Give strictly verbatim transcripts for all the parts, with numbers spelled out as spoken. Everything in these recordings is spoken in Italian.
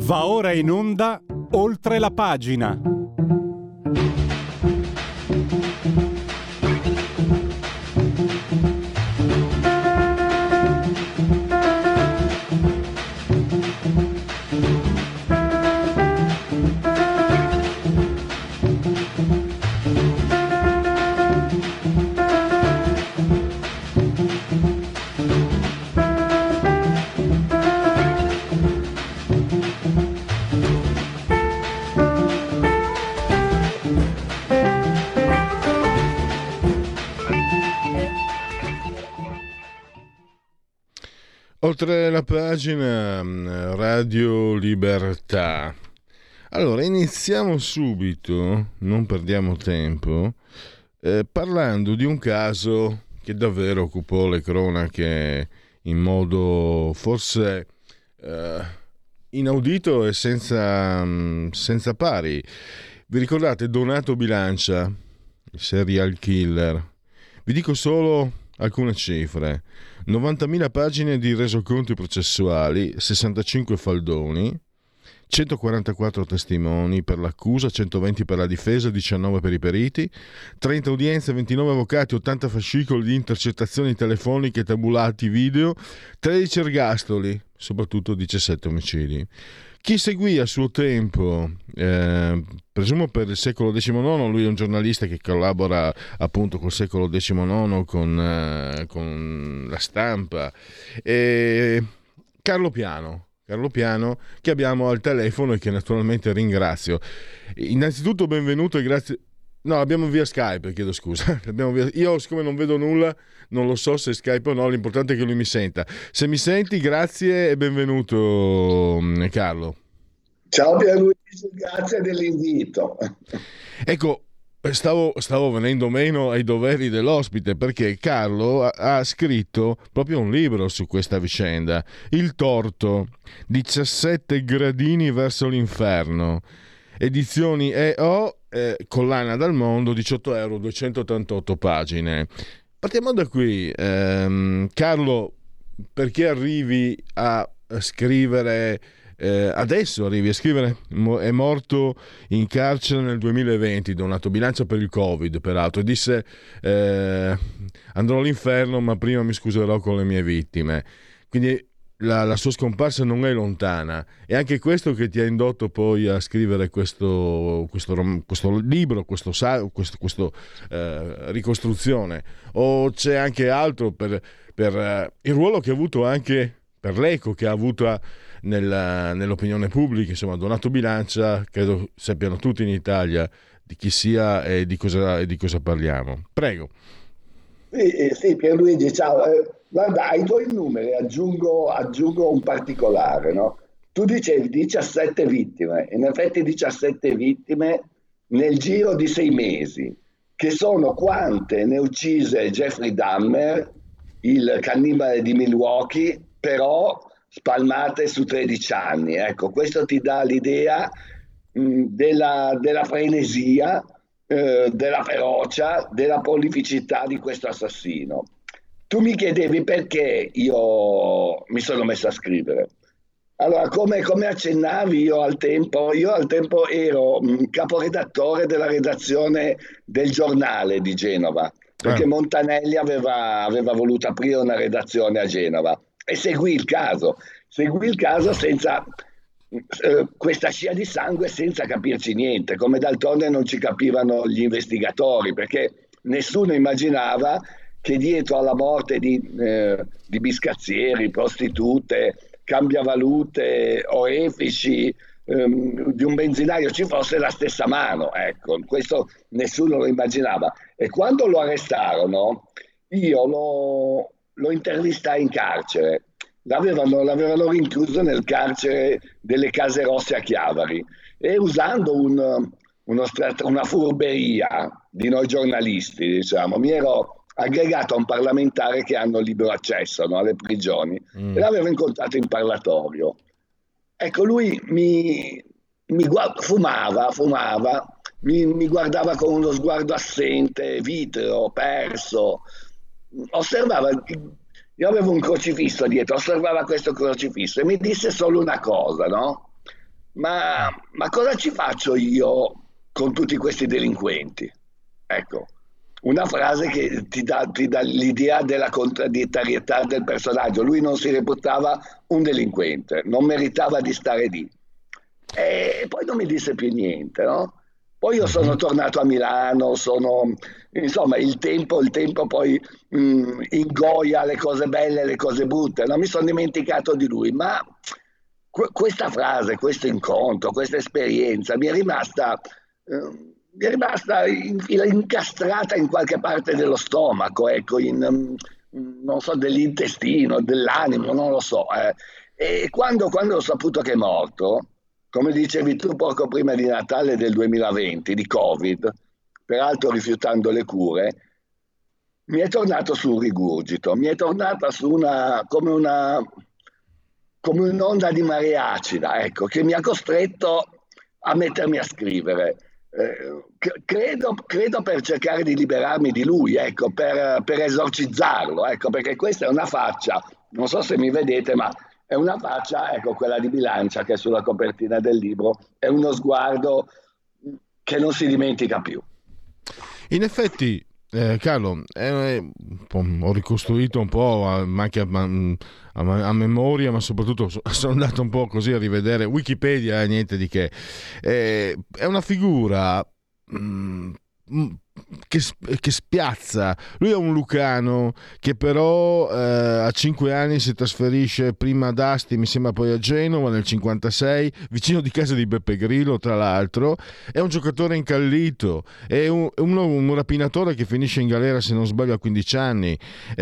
Va ora in onda Oltre la pagina. Oltre la pagina, Radio Libertà. Allora, iniziamo subito, non perdiamo tempo, eh, parlando di un caso che davvero occupò le cronache in modo forse eh, inaudito e senza, senza pari. Vi ricordate Donato Bilancia, il serial killer? Vi dico solo alcune cifre: novantamila pagine di resoconti processuali, sessantacinque faldoni, centoquarantaquattro testimoni per l'accusa, centoventi per la difesa, diciannove per i periti, trenta udienze, ventinove avvocati, ottanta fascicoli di intercettazioni telefoniche, tabulati video, tredici ergastoli, soprattutto diciassette omicidi. Chi seguì a suo tempo, eh, presumo per il Secolo diciannove, lui è un giornalista che collabora appunto col Secolo diciannove, con, eh, con La Stampa, e Carlo Piano, Carlo Piano, che abbiamo al telefono e che naturalmente ringrazio. Innanzitutto benvenuto e grazie. No, abbiamo via Skype, chiedo scusa. Abbiamo via... Io, siccome non vedo nulla, non lo so se Skype o no, l'importante è che lui mi senta. Se mi senti, grazie e benvenuto, Carlo. Ciao Pierluigi, grazie dell'invito. Ecco, stavo, stavo venendo meno ai doveri dell'ospite, perché Carlo ha, ha scritto proprio un libro su questa vicenda, Il torto, diciassette gradini verso l'inferno, edizioni E O, eh, collana dal mondo, diciotto euro, duecentottantotto pagine. Partiamo da qui, ehm, Carlo, perché arrivi a scrivere, eh, adesso arrivi a scrivere, è morto in carcere nel duemilaventi, Donato Bilancia, per il Covid, peraltro, e disse eh, andrò all'inferno ma prima mi scuserò con le mie vittime. Quindi La, la sua scomparsa non è lontana. È anche questo che ti ha indotto poi a scrivere questo, questo, questo libro, questo, questo, questo eh, ricostruzione, o c'è anche altro per, per eh, il ruolo che ha avuto, anche per l'eco che ha avuto nella, nell'opinione pubblica? Insomma, Donato Bilancia, credo sappiano tutti in Italia di chi sia e di cosa, e di cosa parliamo. Prego. Sì, sì, Pierluigi, ciao. Eh, guarda, ai tuoi numeri aggiungo, aggiungo un particolare, no? Tu dicevi diciassette vittime, in effetti diciassette vittime nel giro di sei mesi, che sono quante ne uccise Jeffrey Dahmer, il cannibale di Milwaukee, però spalmate su tredici anni. Ecco, questo ti dà l'idea mh, della, della frenesia, eh, della ferocia, della prolificità di questo assassino. Tu mi chiedevi perché io mi sono messo a scrivere. Allora, come, come accennavi, io al tempo, io al tempo ero mh, caporedattore della redazione del Giornale di Genova, perché Ah. Montanelli aveva, aveva voluto aprire una redazione a Genova, e seguì il caso, seguì il caso senza eh, questa scia di sangue, senza capirci niente, come d'altronde non ci capivano gli investigatori, perché nessuno immaginava che dietro alla morte di, eh, di biscazzieri, prostitute, cambiavalute, orefici, ehm, di un benzinaio ci fosse la stessa mano. Ecco, questo nessuno lo immaginava. E quando lo arrestarono, io lo, lo intervistai in carcere. L'avevano, l'avevano rinchiuso nel carcere delle Case Rosse a Chiavari, e usando un, uno strat- una furberia di noi giornalisti, diciamo, mi ero aggregato a un parlamentare che hanno libero accesso, no, alle prigioni, mm. e l'avevo incontrato in parlatorio. Ecco, lui mi, mi guard- fumava, fumava, mi, mi guardava con uno sguardo assente, vitreo, perso, osservava, io avevo un crocifisso dietro, osservava questo crocifisso e mi disse solo una cosa, no? ma, ma cosa ci faccio io con tutti questi delinquenti? Ecco, una frase che ti dà, ti dà l'idea della contraddittorietà del personaggio. Lui non si reputava un delinquente, non meritava di stare lì. E poi non mi disse più niente, no? Poi io sono tornato a Milano, sono, insomma, il tempo, il tempo poi mh, ingoia le cose belle e le cose brutte. Non mi sono dimenticato di lui, ma que- questa frase, questo incontro, questa esperienza mi è rimasta, eh, mi è rimasta infila- incastrata in qualche parte dello stomaco, ecco, in, mm, non so, dell'intestino, dell'animo, non lo so. eh. E quando, quando ho saputo che è morto, come dicevi tu poco prima di Natale del duemilaventi, di Covid, peraltro rifiutando le cure, mi è tornato su un rigurgito, mi è tornata su una, come una, come un'onda di marea acida, ecco, che mi ha costretto a mettermi a scrivere. Eh, credo, credo per cercare di liberarmi di lui, ecco, per, per esorcizzarlo, ecco, perché questa è una faccia, non so se mi vedete, ma è una faccia, ecco, quella di Bilancia che è sulla copertina del libro, è uno sguardo che non si dimentica più. In effetti, eh, Carlo, eh, ho ricostruito un po' anche a, a, a memoria, ma soprattutto sono andato un po' così a rivedere Wikipedia, eh, niente di che. Eh, è una figura mh, Che, che spiazza. Lui è un lucano che però eh, a cinque anni si trasferisce prima ad Asti, mi sembra poi a Genova nel cinquantasei, vicino di casa di Beppe Grillo, tra l'altro. È un giocatore incallito, è un, uno, un rapinatore che finisce in galera, se non sbaglio, a quindici anni.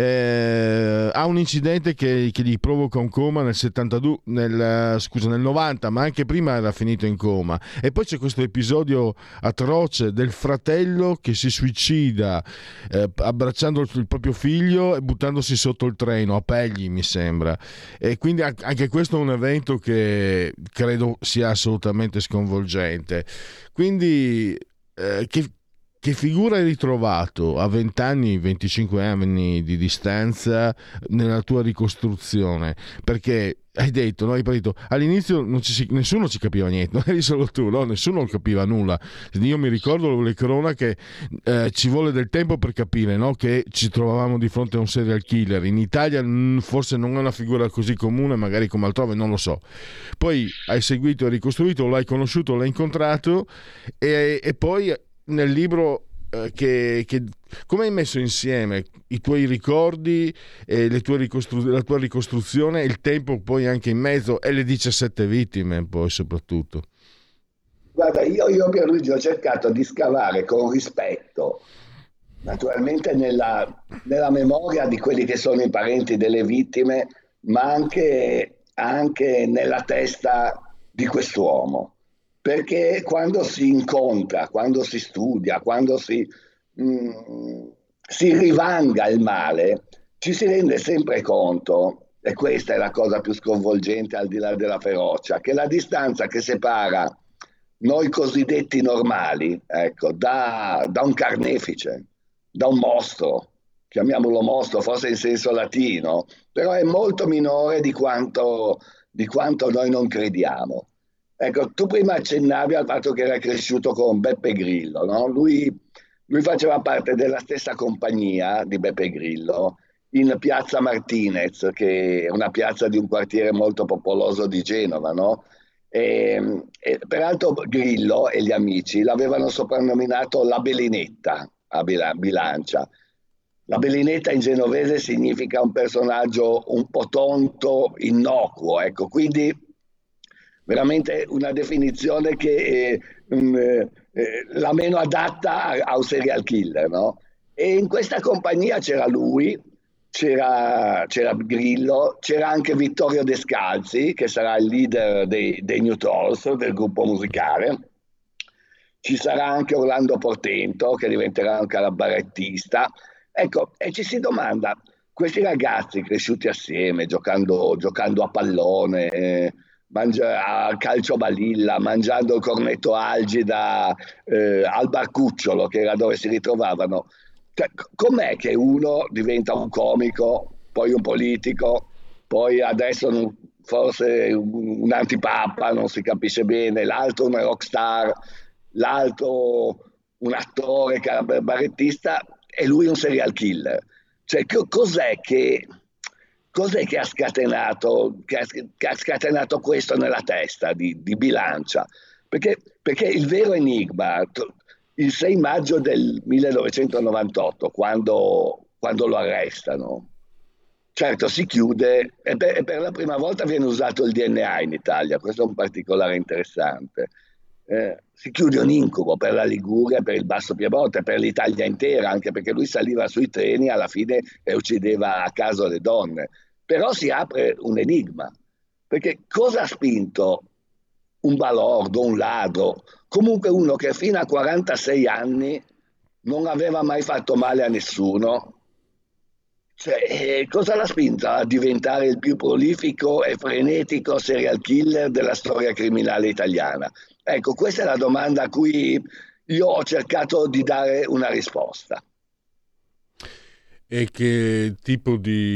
Eh, ha un incidente che, che gli provoca un coma nel settantadue, nel, scusa, nel novanta, ma anche prima era finito in coma. E poi c'è questo episodio atroce del fratello che si suicida eh, abbracciando il proprio figlio e buttandosi sotto il treno a Pegli, mi sembra. E quindi anche questo è un evento che credo sia assolutamente sconvolgente. Quindi eh, che, che figura hai ritrovato a venti anni, venticinque anni di distanza nella tua ricostruzione? Perché hai detto, no? Hai detto all'inizio non ci si, nessuno ci capiva niente, non eri solo tu, no? Nessuno capiva nulla. Io mi ricordo le cronache, eh, ci vuole del tempo per capire, no? Che ci trovavamo di fronte a un serial killer. In Italia mh, forse non è una figura così comune, magari come altrove, non lo so. Poi hai seguito, hai ricostruito, l'hai conosciuto, l'hai incontrato e, e poi nel libro eh, che, che come hai messo insieme i tuoi ricordi e le tue ricostru- la tua ricostruzione, il tempo poi anche in mezzo e le diciassette vittime poi soprattutto? Guarda, io, io Pierluigi ho cercato di scavare con rispetto, naturalmente nella, nella memoria di quelli che sono i parenti delle vittime, ma anche, anche nella testa di quest'uomo. Perché quando si incontra, quando si studia, quando si, mh, si rivanga il male, ci si rende sempre conto, e questa è la cosa più sconvolgente al di là della ferocia, che la distanza che separa noi cosiddetti normali, ecco, da, da un carnefice, da un mostro, chiamiamolo mostro, forse in senso latino, però è molto minore di quanto, di quanto noi non crediamo. Ecco, tu prima accennavi al fatto che era cresciuto con Beppe Grillo, no? Lui, lui faceva parte della stessa compagnia di Beppe Grillo in Piazza Martinez, che è una piazza di un quartiere molto popoloso di Genova, no? E, e, peraltro Grillo e gli amici l'avevano soprannominato la Belinetta a Bilancia. La Belinetta in genovese significa un personaggio un po' tonto, innocuo, ecco, quindi veramente una definizione che è um, eh, la meno adatta a, a un serial killer, no? E in questa compagnia c'era lui, c'era, c'era Grillo, c'era anche Vittorio Descalzi, che sarà il leader dei, dei New Tolls, del gruppo musicale. Ci sarà anche Orlando Portento, che diventerà un cabarettista. Ecco, e ci si domanda, questi ragazzi cresciuti assieme, giocando, giocando a pallone, eh, mangia, a calcio balilla, mangiando il cornetto algida eh, al Barcucciolo, che era dove si ritrovavano, cioè, com'è che uno diventa un comico, poi un politico, poi adesso non, forse un, un antipapa, non si capisce bene, l'altro un rockstar, l'altro un attore cabarettista e lui un serial killer. Cioè, co- cos'è che, cos'è che ha scatenato, che ha, che ha scatenato questo nella testa di, di Bilancia? Perché, perché il vero enigma, il sei maggio del millenovecentonovantotto, quando, quando lo arrestano, certo si chiude e per, e per la prima volta viene usato il D N A in Italia, questo è un particolare interessante. Eh, si chiude un incubo per la Liguria, per il Basso Piemonte, per l'Italia intera, anche perché lui saliva sui treni alla fine e uccideva a caso le donne. Però si apre un enigma, perché cosa ha spinto un balordo, un ladro, comunque uno che fino a quarantasei anni non aveva mai fatto male a nessuno, cioè, eh, cosa l'ha spinta a diventare il più prolifico e frenetico serial killer della storia criminale italiana? Ecco, questa è la domanda a cui io ho cercato di dare una risposta. E che tipo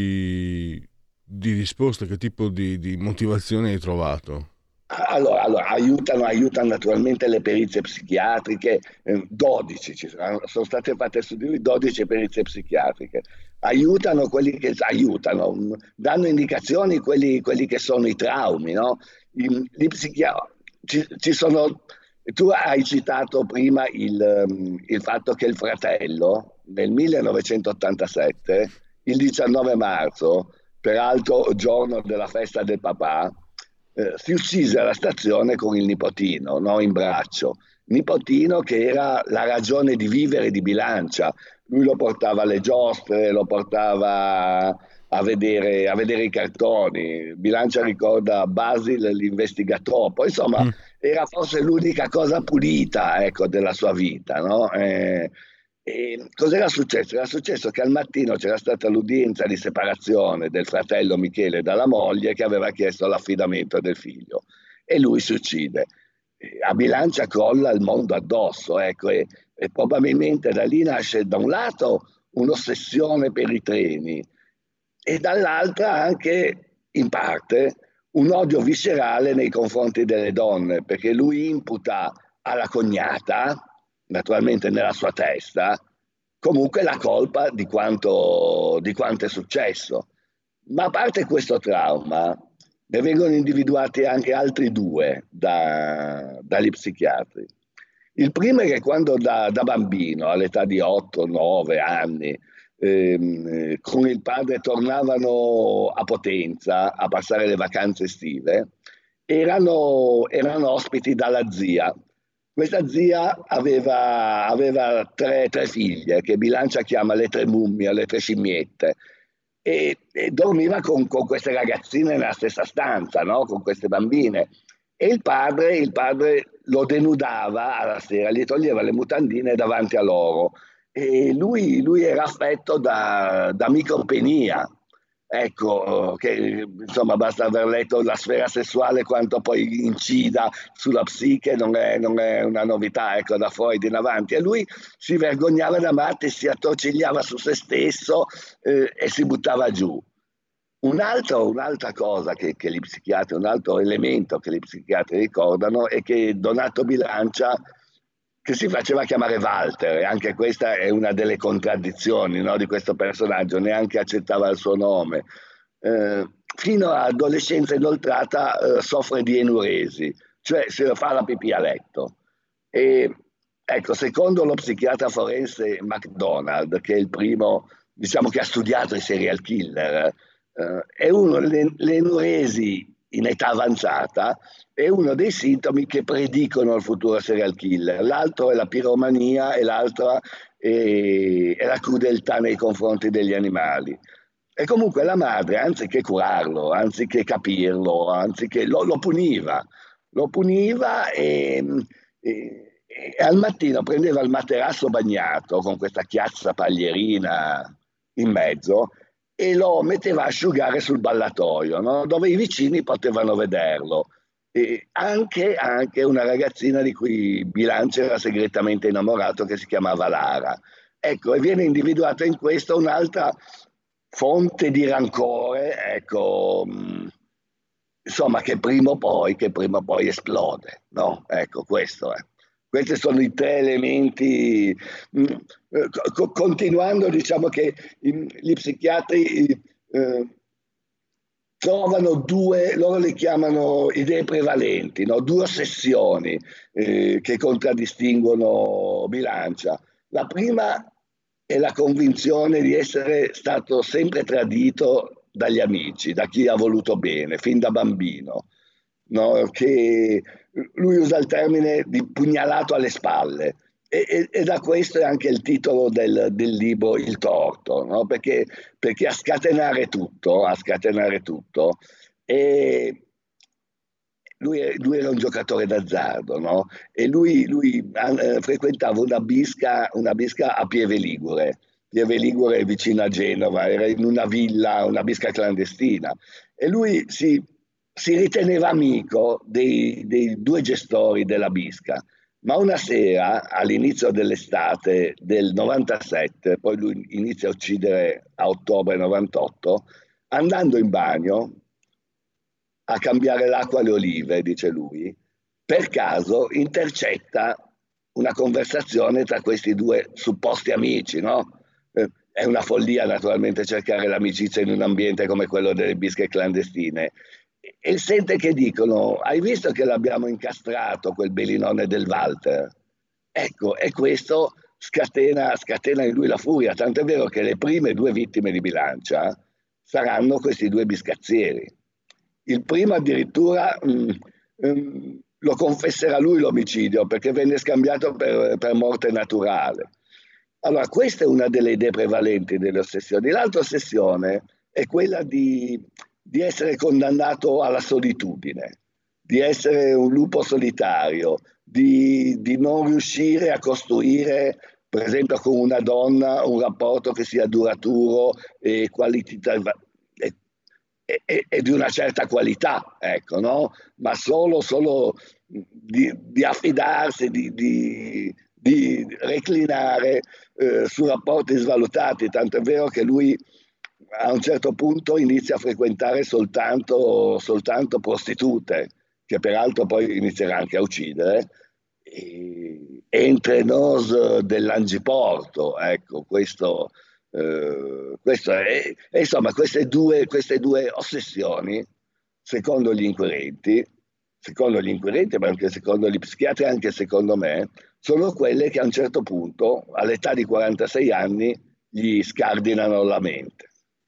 di, di risposta, che tipo di, di motivazione hai trovato? Allora, allora, aiutano, aiutano naturalmente le perizie psichiatriche, eh, dodici, ci sono, sono state fatte su di lui dodici perizie psichiatriche, aiutano quelli che aiutano, mh, danno indicazioni quelli, quelli che sono i traumi, no? I, gli psichiatri, ci, ci sono, tu hai citato prima il, um, il fatto che il fratello nel millenovecentottantasette, il diciannove marzo, peraltro giorno della festa del papà, eh, si uccise alla stazione con il nipotino, no, in braccio. Nipotino che era la ragione di vivere di Bilancia. Lui lo portava alle giostre, lo portava a vedere, a vedere i cartoni. Bilancia ricorda Basil l'investigatore. Insomma, Mm. era forse l'unica cosa pulita, ecco, della sua vita, no? Eh, e cos'era successo? Era successo che al mattino c'era stata l'udienza di separazione del fratello Michele dalla moglie che aveva chiesto l'affidamento del figlio e lui si uccide. E a Bilancia crolla il mondo addosso, ecco, e, e probabilmente da lì nasce da un lato un'ossessione per i treni e dall'altra anche in parte un odio viscerale nei confronti delle donne, perché lui imputa alla cognata, naturalmente nella sua testa, comunque la colpa di quanto, di quanto è successo. Ma a parte questo trauma, ne vengono individuati anche altri due da, dagli psichiatri. Il primo è che quando da, da bambino, all'età di otto nove anni, ehm, con il padre tornavano a Potenza a passare le vacanze estive, erano, erano ospiti dalla zia. Questa zia aveva, aveva tre, tre figlie che Bilancia chiama le tre mummie, le tre scimmiette, e, e dormiva con, con queste ragazzine nella stessa stanza, no? Con queste bambine. E il padre, il padre lo denudava alla sera, gli toglieva le mutandine davanti a loro. E lui, lui era affetto da, da micropenia. Ecco, che insomma basta aver letto La sfera sessuale quanto poi incida sulla psiche, non è, non è una novità, ecco, da Freud in avanti. E lui si vergognava da matti, si attorcigliava su se stesso eh, e si buttava giù. Un altro, un'altra cosa che, che gli psichiatri, un altro elemento che gli psichiatri ricordano è che Donato Bilancia, che si faceva chiamare Walter, e anche questa è una delle contraddizioni, no, di questo personaggio, neanche accettava il suo nome. Eh, fino all'adolescenza inoltrata eh, soffre di enuresi, cioè se fa la pipì a letto. E ecco, secondo lo psichiatra forense MacDonald, che è il primo, diciamo, che ha studiato i serial killer, eh, è uno, le, le enuresi in età avanzata è uno dei sintomi che predicono il futuro serial killer. L'altro è la piromania e l'altro è, è la crudeltà nei confronti degli animali. E comunque la madre, anziché curarlo, anziché capirlo, anziché lo, lo puniva, lo puniva e, e, e al mattino prendeva il materasso bagnato con questa chiazza paglierina in mezzo e lo metteva a asciugare sul ballatoio, no? Dove i vicini potevano vederlo. E anche, anche una ragazzina di cui Bilancia era segretamente innamorato, che si chiamava Lara. Ecco, e viene individuata in questo un'altra, fonte di rancore, ecco, mh, insomma, che prima o poi, che prima o poi esplode, no? Ecco, questo è. Questi sono i tre elementi. mh, eh, co- continuando, diciamo che i- gli psichiatri eh, trovano due, loro le chiamano idee prevalenti, no? Due ossessioni eh, che contraddistinguono Bilancia. La prima è la convinzione di essere stato sempre tradito dagli amici, da chi ha voluto bene, fin da bambino, no? Che lui usa il termine di pugnalato alle spalle. E, e, e da questo è anche il titolo del, del libro Il torto, no? Perché, perché a scatenare tutto, a scatenare tutto, e lui, lui era un giocatore d'azzardo, no? E lui, lui eh, frequentava una bisca, una bisca a Pieve Ligure. Pieve Ligure è vicino a Genova, era in una villa, una bisca clandestina. E lui si, si riteneva amico dei, dei due gestori della bisca. Ma una sera, all'inizio dell'estate del novantasette, poi lui inizia a uccidere a ottobre novantotto, andando in bagno a cambiare l'acqua alle olive, dice lui, per caso intercetta una conversazione tra questi due supposti amici, no? Eh, È una follia naturalmente cercare l'amicizia in un ambiente come quello delle bische clandestine. E sente che dicono: hai visto che l'abbiamo incastrato quel belinone del Walter? Ecco, e questo scatena, scatena in lui la furia, tant'è vero che le prime due vittime di Bilancia saranno questi due biscazzieri. Il primo addirittura mh, mh, lo confesserà lui l'omicidio, perché venne scambiato per, per morte naturale. Allora, questa è una delle idee prevalenti delle ossessioni. L'altra ossessione è quella di, di essere condannato alla solitudine, di essere un lupo solitario, di, di non riuscire a costruire, per esempio, con una donna un rapporto che sia duraturo e qualitativo e, e, e di una certa qualità, ecco, no? Ma solo, solo di, di affidarsi, di, di, di reclinare eh, su rapporti svalutati, tanto è vero che lui a un certo punto inizia a frequentare soltanto, soltanto prostitute, che peraltro poi inizierà anche a uccidere, e entre nos dell'Angiporto, ecco, questo, eh, questo è, e insomma, queste due, queste due ossessioni, secondo gli inquirenti, secondo gli inquirenti, ma anche secondo gli psichiatri, anche secondo me, sono quelle che a un certo punto, all'età di quarantasei anni, gli scardinano la mente.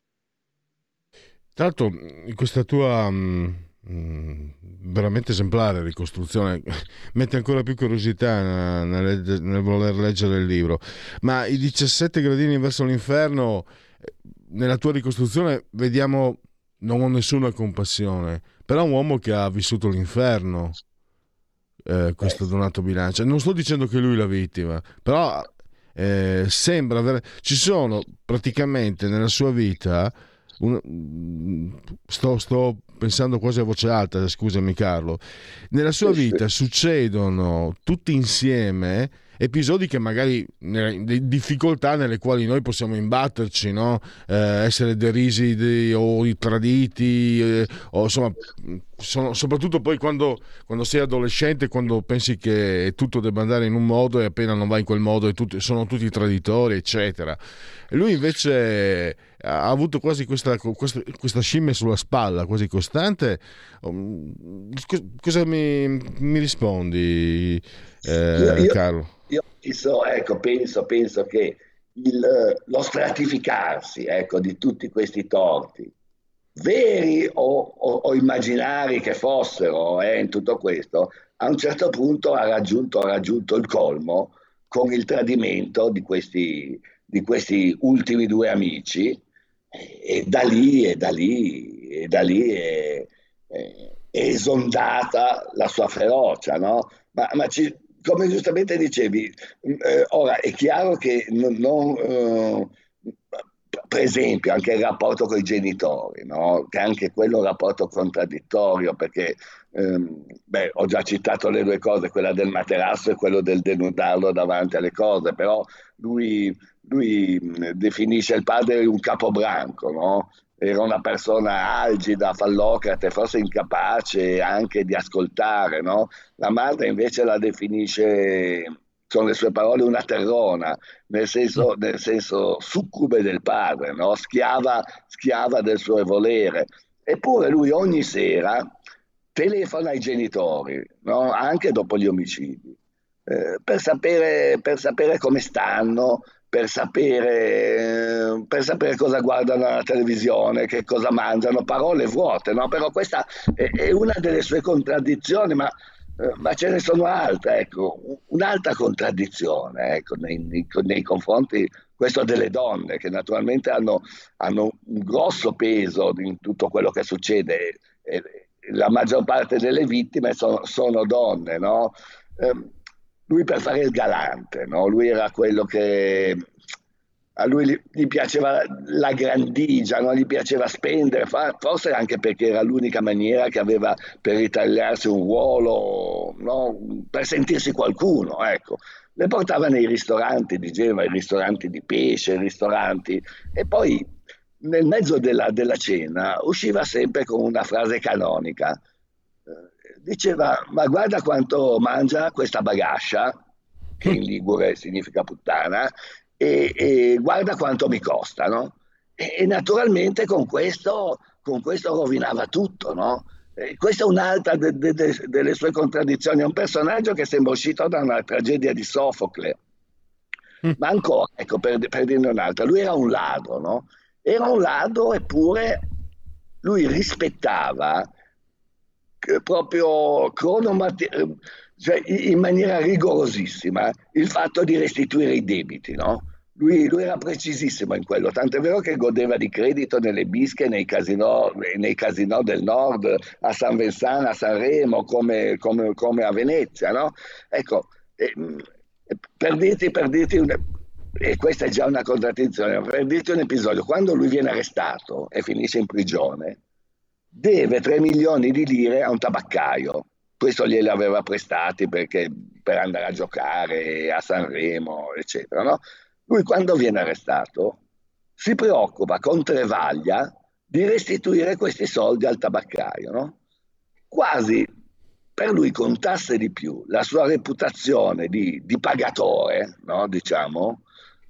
Tra l'altro, in questa tua mh, mh, veramente esemplare ricostruzione mette ancora più curiosità nel, nel voler leggere il libro. Ma i diciassette gradini verso l'inferno, nella tua ricostruzione vediamo, non ho nessuna compassione, però un uomo che ha vissuto l'inferno, eh, questo Donato Bilancia. Non sto dicendo che lui è la vittima, però eh, sembra avere, ci sono praticamente nella sua vita un, sto, sto pensando quasi a voce alta, scusami Carlo, nella sua vita succedono tutti insieme episodi che magari nelle difficoltà nelle quali noi possiamo imbatterci, no? Eh, essere derisi di, o traditi, eh, o insomma, sono, soprattutto poi quando, quando sei adolescente, quando pensi che tutto debba andare in un modo e appena non va in quel modo e tutti, sono tutti traditori, eccetera. E lui invece ha avuto quasi questa, questa, questa scimmia sulla spalla, quasi costante. Cosa mi, mi rispondi, eh, io, io, Carlo? io penso, ecco, penso, penso che il, lo stratificarsi, ecco, di tutti questi torti, veri o, o, o immaginari che fossero, eh, in tutto questo, a un certo punto ha raggiunto, ha raggiunto il colmo con il tradimento di questi, di questi ultimi due amici, e, e da lì, e da lì, e da lì è, è, è esondata la sua ferocia, no? Ma, ma ci, come giustamente dicevi, eh, ora è chiaro che non, non eh, per esempio anche il rapporto con i genitori, no? Che anche quello è un rapporto contraddittorio, perché ehm, beh, ho già citato le due cose, quella del materasso e quello del denudarlo davanti alle cose, però lui lui mh, definisce il padre un capobranco, no? Era una persona algida, fallocrate, forse incapace anche di ascoltare, no? La madre invece la definisce, con le sue parole, una terrona, nel senso, nel senso succube del padre, no? Schiava, schiava del suo volere. Eppure lui ogni sera telefona ai genitori, no? Anche dopo gli omicidi, eh, per sapere, per sapere come stanno, per sapere, eh, per sapere cosa guardano alla televisione, che cosa mangiano, parole vuote, no? Però questa è, è una delle sue contraddizioni, ma, eh, ma ce ne sono altre, ecco. Un'altra contraddizione, ecco, nei, nei, nei confronti, questo delle donne, che naturalmente hanno, hanno un grosso peso in tutto quello che succede. Eh, la maggior parte delle vittime sono, sono donne, no? Eh, lui per fare il galante, no? Lui era quello che a lui gli, gli piaceva la grandigia, non gli piaceva spendere, forse anche perché era l'unica maniera che aveva per ritagliarsi un ruolo, no? Per sentirsi qualcuno, ecco. Le portava nei ristoranti, diceva, i ristoranti di pesce, i ristoranti, e poi nel mezzo della, della cena usciva sempre con una frase canonica. Diceva, ma guarda quanto mangia questa bagascia, che in ligure significa puttana, e, e guarda quanto mi costa, no? E, e naturalmente con questo, con questo rovinava tutto, no? E questa è un'altra de, de, de, delle sue contraddizioni. È un personaggio che sembra uscito da una tragedia di Sofocle. Ma ancora, ecco, per, per dirne un'altra, lui era un ladro, no? Era un ladro, eppure lui rispettava proprio cronomati- cioè in maniera rigorosissima il fatto di restituire i debiti, no? Lui, lui era precisissimo in quello, tanto è vero che godeva di credito nelle bische, nei casinò, nei casinò del nord, a San Vincent, a Sanremo, come, come, come a Venezia, no? Ecco, eh, per dirti, per dirti un, e questa è già una contraddizione, per dirti un episodio, quando lui viene arrestato e finisce in prigione, deve tre milioni di lire a un tabaccaio. Questo glieli aveva prestati perché, per andare a giocare a Sanremo, eccetera, no? Lui quando viene arrestato si preoccupa con Travaglia di restituire questi soldi al tabaccaio, no? Quasi per lui contasse di più la sua reputazione di, di pagatore, no? Diciamo,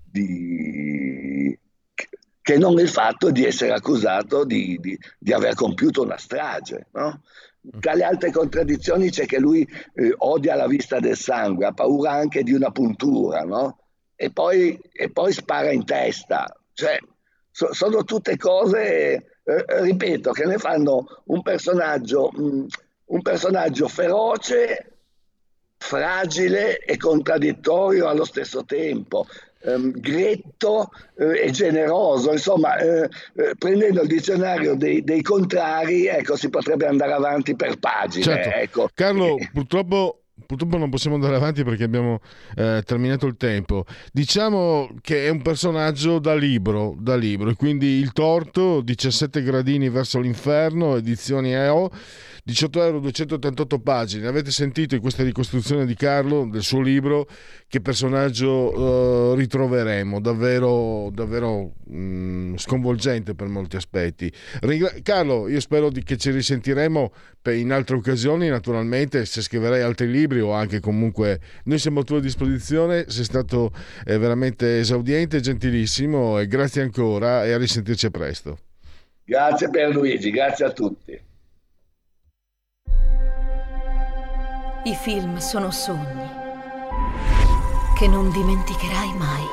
di, che non il fatto di essere accusato di, di, di aver compiuto una strage, no? Tra le altre contraddizioni c'è che lui eh, odia la vista del sangue, ha paura anche di una puntura, no? E poi, e poi spara in testa. Cioè, so, sono tutte cose, eh, ripeto, che ne fanno un personaggio, mh, un personaggio feroce, fragile e contraddittorio allo stesso tempo. Um, gretto eh, e generoso, insomma, eh, eh, prendendo il dizionario dei, dei contrari, ecco, si potrebbe andare avanti per pagine. Certo. Ecco. Carlo, purtroppo Purtroppo non possiamo andare avanti perché abbiamo eh, terminato il tempo. Diciamo che è un personaggio da libro, da libro, e quindi Il torto, diciassette gradini verso l'inferno, edizioni E O, diciotto euro, duecentottantotto pagine. Avete sentito in questa ricostruzione di Carlo, del suo libro, che personaggio eh, ritroveremo, davvero, davvero mh, sconvolgente per molti aspetti. Ringra- Carlo, io spero di, che ci risentiremo in altre occasioni, naturalmente, se scriverai altri libri o anche comunque noi siamo a tua disposizione. Sei stato eh, veramente esaudiente, gentilissimo, e grazie ancora, e a risentirci presto. Grazie Pierluigi, grazie a tutti. I film sono sogni che non dimenticherai mai.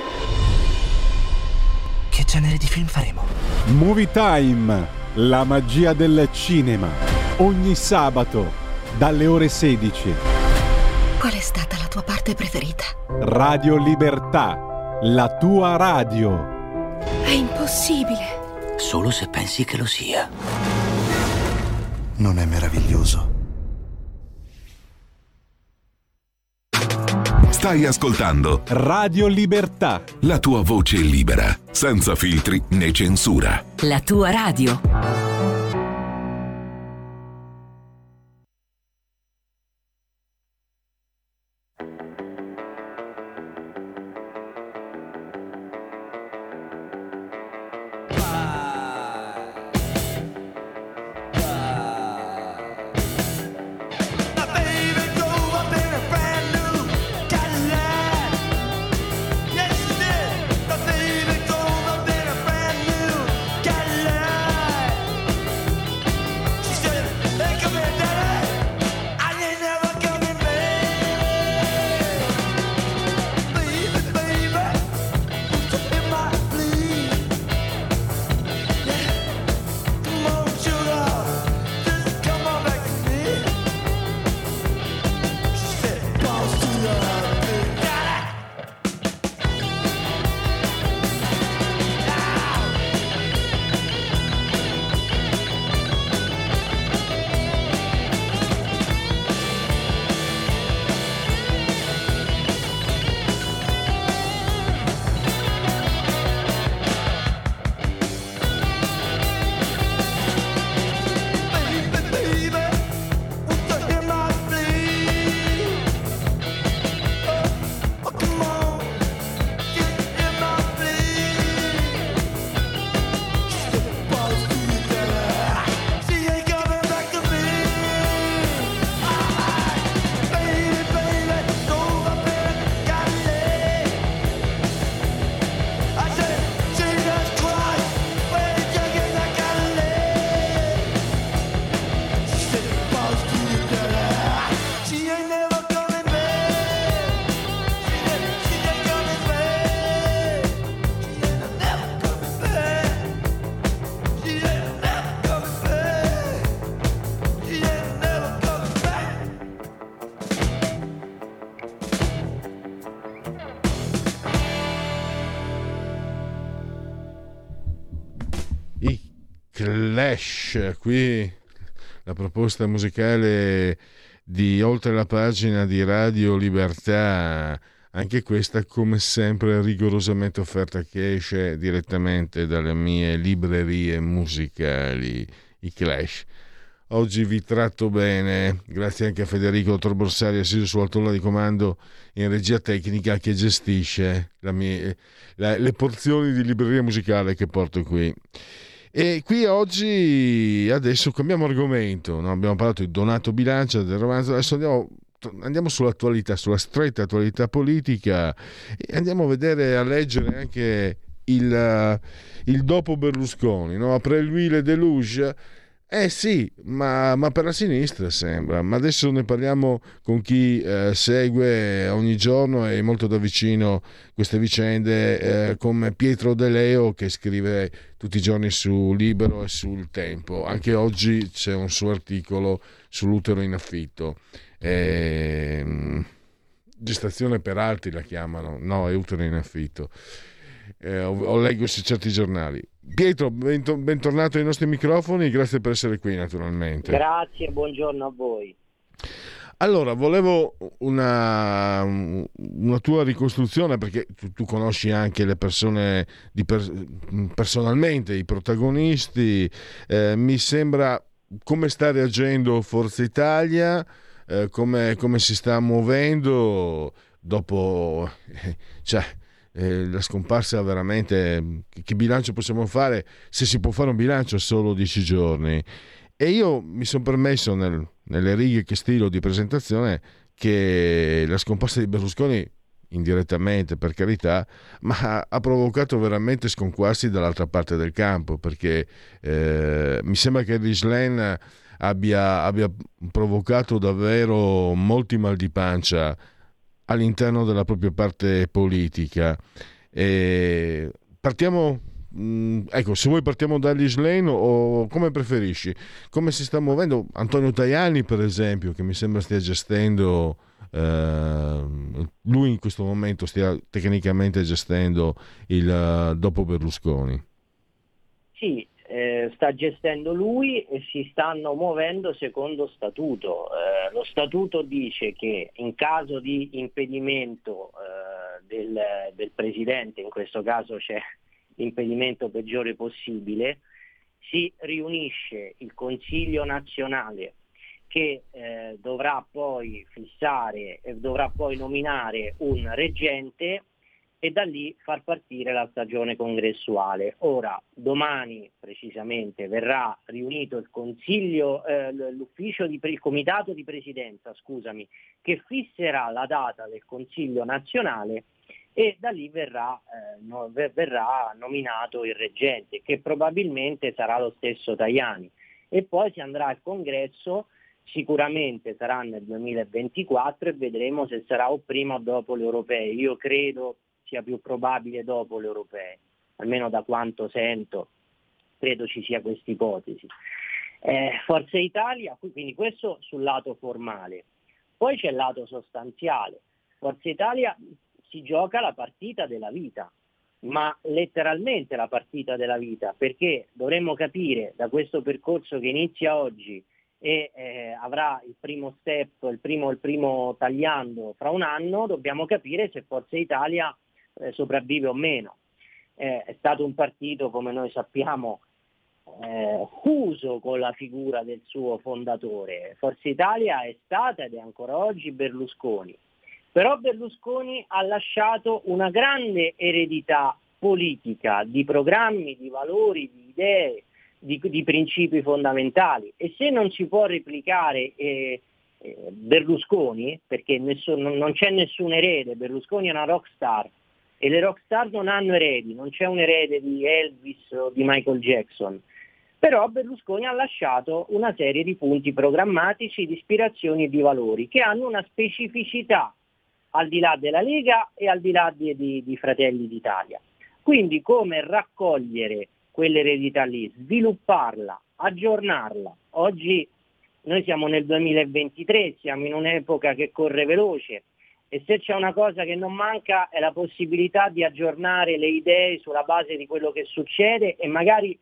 Che genere di film faremo? Movie Time, la magia del cinema. Ogni sabato dalle ore sedici. Qual è stata la tua parte preferita? Radio Libertà, la tua radio. È impossibile. Solo se pensi che lo sia. Non è meraviglioso? Stai ascoltando Radio Libertà, la tua voce libera, senza filtri né censura. La tua radio. Clash. Qui la proposta musicale di Oltre la pagina di Radio Libertà, anche questa come sempre rigorosamente offerta, che esce direttamente dalle mie librerie musicali, i Clash. Oggi vi tratto bene, grazie anche a Federico Dottor Borsari, assiso sulla tolla di comando in regia tecnica, che gestisce la mia, la, le porzioni di libreria musicale che porto qui. E qui oggi, adesso cambiamo argomento, no? Abbiamo parlato di Donato Bilancia, del romanzo, adesso andiamo, andiamo sull'attualità, sulla stretta attualità politica, e andiamo a vedere, a leggere anche il, il dopo Berlusconi, no? Après lui le déluge. Eh sì, ma, ma per la sinistra sembra, ma adesso ne parliamo con chi eh, segue ogni giorno e molto da vicino queste vicende, eh, come Pietro De Leo, che scrive tutti i giorni su Libero e sul Tempo. Anche oggi c'è un suo articolo sull'utero in affitto. Eh, gestazione per altri la chiamano, no, è utero in affitto. Eh, ho, ho leggo su certi giornali. Pietro, bentornato ai nostri microfoni, grazie per essere qui naturalmente. Grazie, buongiorno a voi. Allora, volevo una, una tua ricostruzione, perché tu, tu conosci anche le persone di per, personalmente, i protagonisti. Eh, mi sembra come sta reagendo Forza Italia, eh, come, come si sta muovendo dopo... Eh, cioè, Eh, la scomparsa, veramente, che bilancio possiamo fare, se si può fare un bilancio a solo dieci giorni. E io mi sono permesso nel, nelle righe che stilo di presentazione che la scomparsa di Berlusconi, indirettamente per carità, ma ha, ha provocato veramente sconquassi dall'altra parte del campo, perché eh, mi sembra che Rislen abbia, abbia provocato davvero molti mal di pancia all'interno della propria parte politica. E partiamo, mh, ecco, se vuoi partiamo dall'Islen o come preferisci, come si sta muovendo Antonio Tajani, per esempio, che mi sembra stia gestendo, eh, lui in questo momento stia tecnicamente gestendo il uh, dopo Berlusconi. Sì, eh, sta gestendo lui e si stanno muovendo secondo statuto. Eh, lo statuto dice che in caso di impedimento eh, del, del presidente, in questo caso c'è l'impedimento peggiore possibile, si riunisce il Consiglio nazionale che eh, dovrà poi fissare e dovrà poi nominare un reggente e da lì far partire la stagione congressuale. Ora, domani precisamente verrà riunito il consiglio, eh, l'ufficio di il comitato di presidenza, scusami, che fisserà la data del Consiglio nazionale e da lì verrà, eh, no, verrà nominato il reggente, che probabilmente sarà lo stesso Tajani. E poi si andrà al congresso, sicuramente sarà nel duemilaventiquattro e vedremo se sarà o prima o dopo le europee. Io credo sia più probabile dopo le europee, almeno da quanto sento, credo ci sia questa ipotesi. Eh, Forza Italia, quindi questo sul lato formale. Poi c'è il lato sostanziale. Forza Italia si gioca la partita della vita, ma letteralmente la partita della vita, perché dovremmo capire da questo percorso che inizia oggi e eh, avrà il primo step, il primo, il primo tagliando fra un anno, dobbiamo capire se Forza Italia eh, sopravvive o meno. Eh, è stato un partito, come noi sappiamo, eh, fuso con la figura del suo fondatore. Forza Italia è stata ed è ancora oggi Berlusconi. Però Berlusconi ha lasciato una grande eredità politica di programmi, di valori, di idee, di, di principi fondamentali, e se non si può replicare eh, eh, Berlusconi, perché nessun, non c'è nessun erede, Berlusconi è una rock star e le rock star non hanno eredi, non c'è un erede di Elvis o di Michael Jackson, però Berlusconi ha lasciato una serie di punti programmatici, di ispirazioni e di valori che hanno una specificità al di là della Lega e al di là di, di, di Fratelli d'Italia. Quindi come raccogliere quell'eredità lì, svilupparla, aggiornarla. Oggi noi siamo nel duemilaventitré, siamo in un'epoca che corre veloce e se c'è una cosa che non manca è la possibilità di aggiornare le idee sulla base di quello che succede e magari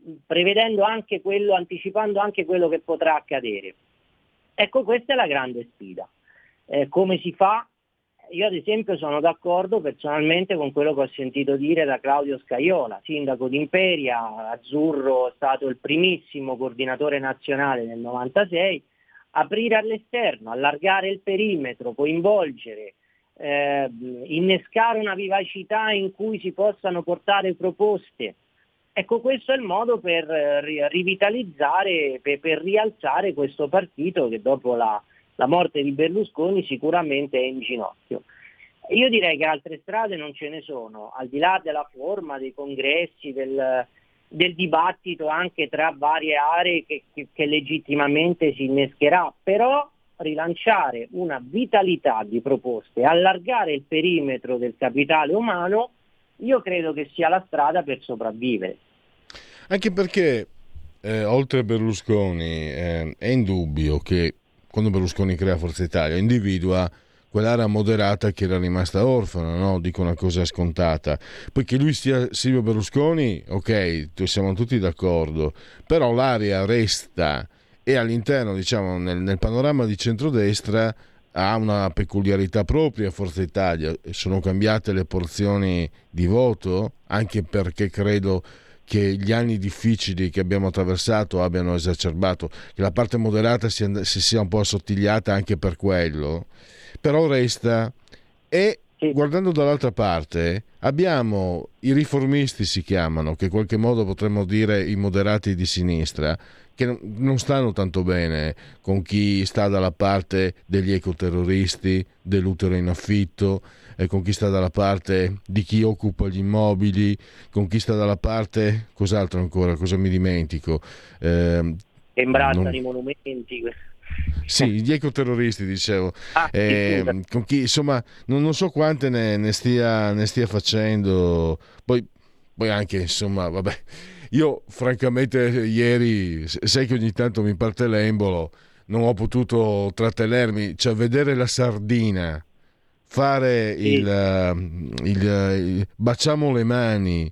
prevedendo anche quello, anticipando anche quello che potrà accadere. Ecco, questa è la grande sfida. Eh, come si fa? Io ad esempio sono d'accordo personalmente con quello che ho sentito dire da Claudio Scajola, sindaco di Imperia, azzurro, è stato il primissimo coordinatore nazionale nel novantasei, aprire all'esterno, allargare il perimetro, coinvolgere, eh, innescare una vivacità in cui si possano portare proposte. Ecco, questo è il modo per eh, rivitalizzare, per, per rialzare questo partito che dopo la La morte di Berlusconi sicuramente è in ginocchio. Io direi che altre strade non ce ne sono, al di là della forma, dei congressi, del, del dibattito anche tra varie aree che, che, che legittimamente si innescherà, però rilanciare una vitalità di proposte, allargare il perimetro del capitale umano, io credo che sia la strada per sopravvivere. Anche perché, eh, oltre a Berlusconi, eh, è indubbio che quando Berlusconi crea Forza Italia, individua quell'area moderata che era rimasta orfana, no? Dico una cosa scontata. Poi che lui sia Silvio Berlusconi, ok, siamo tutti d'accordo, però l'area resta e all'interno, diciamo, nel, nel panorama di centrodestra ha una peculiarità propria Forza Italia. Sono cambiate le porzioni di voto, anche perché credo che gli anni difficili che abbiamo attraversato abbiano esacerbato, che la parte moderata si, and- si sia un po' assottigliata anche per quello, però resta. E guardando dall'altra parte abbiamo i riformisti, si chiamano, che in qualche modo potremmo dire i moderati di sinistra, che non stanno tanto bene con chi sta dalla parte degli ecoterroristi, dell'utero in affitto, e con chi sta dalla parte di chi occupa gli immobili, con chi sta dalla parte, cos'altro ancora, cosa mi dimentico? Eh, Imbrattano non... i monumenti. Sì, gli ecoterroristi, dicevo. Ah, eh, con chi, insomma, non, non so quante ne, ne, stia, ne stia facendo. Poi, poi anche, insomma, vabbè. Io francamente ieri, sai che ogni tanto mi parte l'embolo, non ho potuto trattenermi, cioè vedere la sardina fare sì. il, il, il baciamo le mani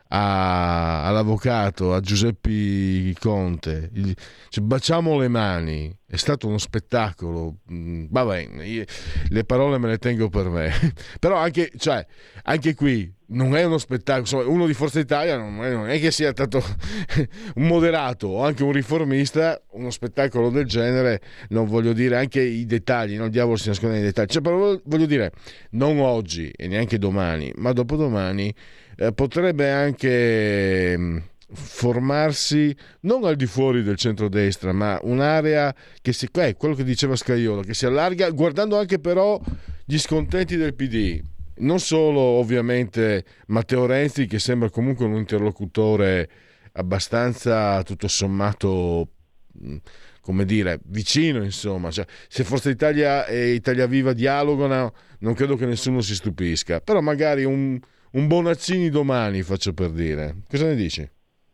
a, all'avvocato, a Giuseppe Conte, il, cioè, baciamo le mani, è stato uno spettacolo. Vabbè, io, le parole me le tengo per me. Però anche, cioè, anche qui non è uno spettacolo, insomma, uno di Forza Italia non è, non è che sia tanto un moderato o anche un riformista, uno spettacolo del genere, non voglio dire, anche i dettagli, no? Il diavolo si nasconde nei dettagli, cioè, però voglio dire, non oggi e neanche domani, ma dopodomani eh, potrebbe anche mh, formarsi non al di fuori del centrodestra, ma un'area che si, eh, quello che diceva Scajola, che si allarga, guardando anche però gli scontenti del P D. Non solo ovviamente Matteo Renzi, che sembra comunque un interlocutore abbastanza tutto sommato, come dire, vicino, insomma, cioè, se Forza Italia e Italia Viva dialogano non credo che nessuno si stupisca, però magari un, un Bonaccini domani, faccio per dire. Cosa ne dici?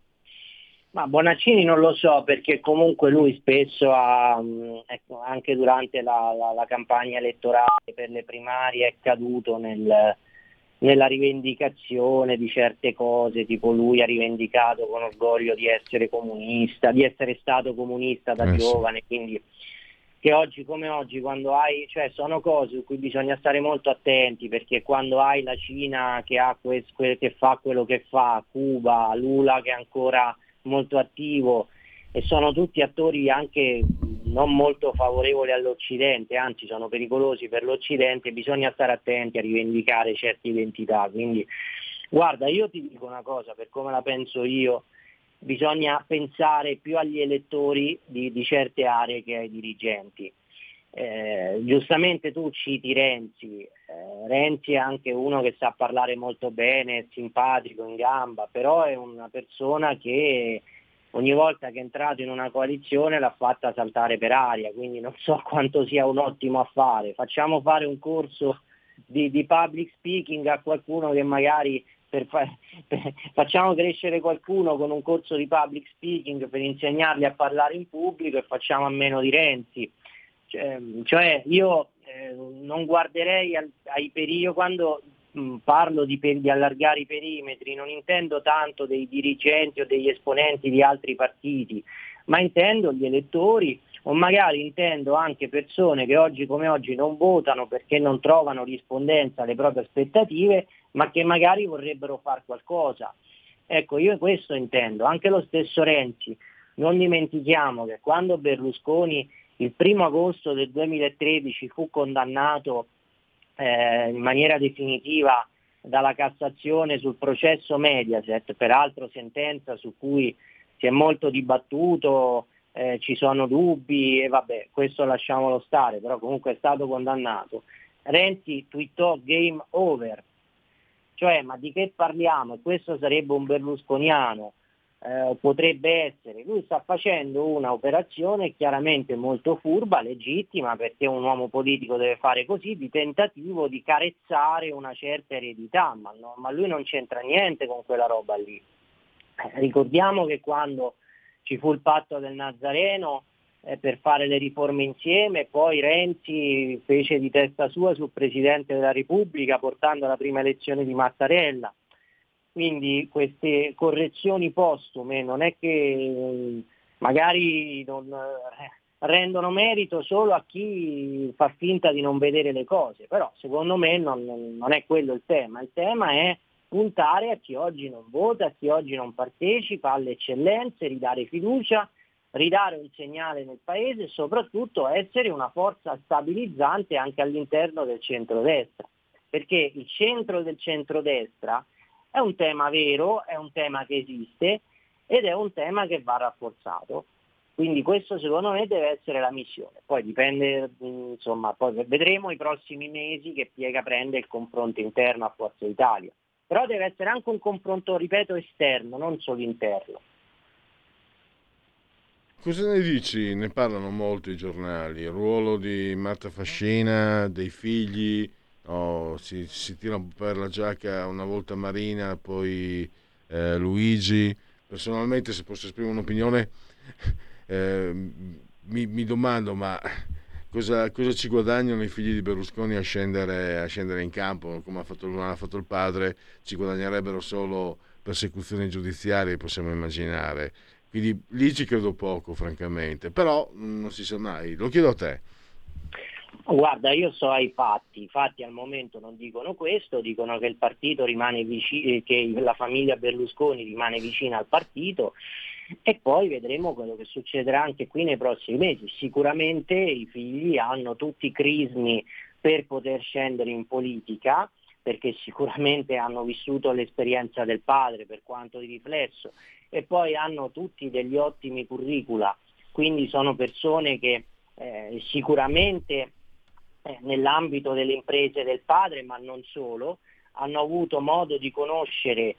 Ma Bonaccini non lo so, perché comunque lui spesso ha, ecco, anche durante la, la, la campagna elettorale per le primarie è caduto nel, nella rivendicazione di certe cose, tipo lui ha rivendicato con orgoglio di essere comunista, di essere stato comunista da eh giovane, sì. Quindi che oggi come oggi, quando hai, cioè sono cose su cui bisogna stare molto attenti, perché quando hai la Cina che, ha que, che fa quello che fa, Cuba, Lula che è ancora molto attivo, e sono tutti attori anche non molto favorevoli all'Occidente, anzi sono pericolosi per l'Occidente, bisogna stare attenti a rivendicare certe identità. Quindi guarda, io ti dico una cosa, per come la penso io, bisogna pensare più agli elettori di, di certe aree che ai dirigenti. Eh, giustamente tu citi Renzi, eh, Renzi è anche uno che sa parlare molto bene, è simpatico, in gamba, però è una persona che ogni volta che è entrato in una coalizione l'ha fatta saltare per aria, quindi non so quanto sia un ottimo affare. Facciamo fare un corso di, di public speaking a qualcuno che magari per fa- per, facciamo crescere qualcuno con un corso di public speaking per insegnargli a parlare in pubblico e facciamo a meno di Renzi. Cioè io eh, non guarderei al, ai periodi, quando mh, parlo di, per, di allargare i perimetri, non intendo tanto dei dirigenti o degli esponenti di altri partiti, ma intendo gli elettori, o magari intendo anche persone che oggi come oggi non votano perché non trovano rispondenza alle proprie aspettative, ma che magari vorrebbero fare qualcosa. Ecco, io questo intendo. Anche lo stesso Renzi, non dimentichiamo che quando Berlusconi il primo agosto del duemilatredici fu condannato eh, in maniera definitiva dalla Cassazione sul processo Mediaset, peraltro sentenza su cui si è molto dibattuto, eh, ci sono dubbi e vabbè, questo lasciamolo stare, però comunque è stato condannato. Renzi twittò game over, cioè ma di che parliamo? E questo sarebbe un berlusconiano, eh, potrebbe essere, lui sta facendo una operazione chiaramente molto furba, legittima, perché un uomo politico deve fare così, di tentativo di carezzare una certa eredità, ma, no, ma lui non c'entra niente con quella roba lì. Eh, ricordiamo che quando ci fu il patto del Nazareno eh, per fare le riforme insieme, poi Renzi fece di testa sua sul Presidente della Repubblica portando alla prima elezione di Mattarella. Quindi queste correzioni postume non è che eh, magari non, eh, rendono merito solo a chi fa finta di non vedere le cose, però secondo me non, non è quello il tema, il tema è puntare a chi oggi non vota, a chi oggi non partecipa, alle eccellenze, ridare fiducia, ridare un segnale nel paese e soprattutto essere una forza stabilizzante anche all'interno del centrodestra, perché il centro del centrodestra è un tema vero, è un tema che esiste ed è un tema che va rafforzato. Quindi questo secondo me deve essere la missione. Poi dipende, insomma, poi vedremo i prossimi mesi che piega prende il confronto interno a Forza Italia. Però deve essere anche un confronto, ripeto, esterno, non solo interno. Cosa ne dici? Ne parlano molto i giornali, il ruolo di Marta Fascina, dei figli, oh, si, si tirano per la giacca una volta Marina, poi eh, Luigi. Personalmente, se posso esprimere un'opinione, eh, mi, mi domando, ma cosa, cosa ci guadagnano i figli di Berlusconi a scendere, a scendere in campo, come ha fatto, ha fatto il padre? Ci guadagnerebbero solo persecuzioni giudiziarie, possiamo immaginare. Quindi lì ci credo poco, francamente, però non si sa mai. Lo chiedo a te. Guarda, io so ai fatti, i fatti al momento non dicono questo, dicono che il partito rimane vicino, che la famiglia Berlusconi rimane vicina al partito e poi vedremo quello che succederà anche qui nei prossimi mesi. Sicuramente i figli hanno tutti i crismi per poter scendere in politica, perché sicuramente hanno vissuto l'esperienza del padre per quanto di riflesso e poi hanno tutti degli ottimi curricula, quindi sono persone che eh, sicuramente eh, nell'ambito delle imprese del padre, ma non solo, hanno avuto modo di conoscere,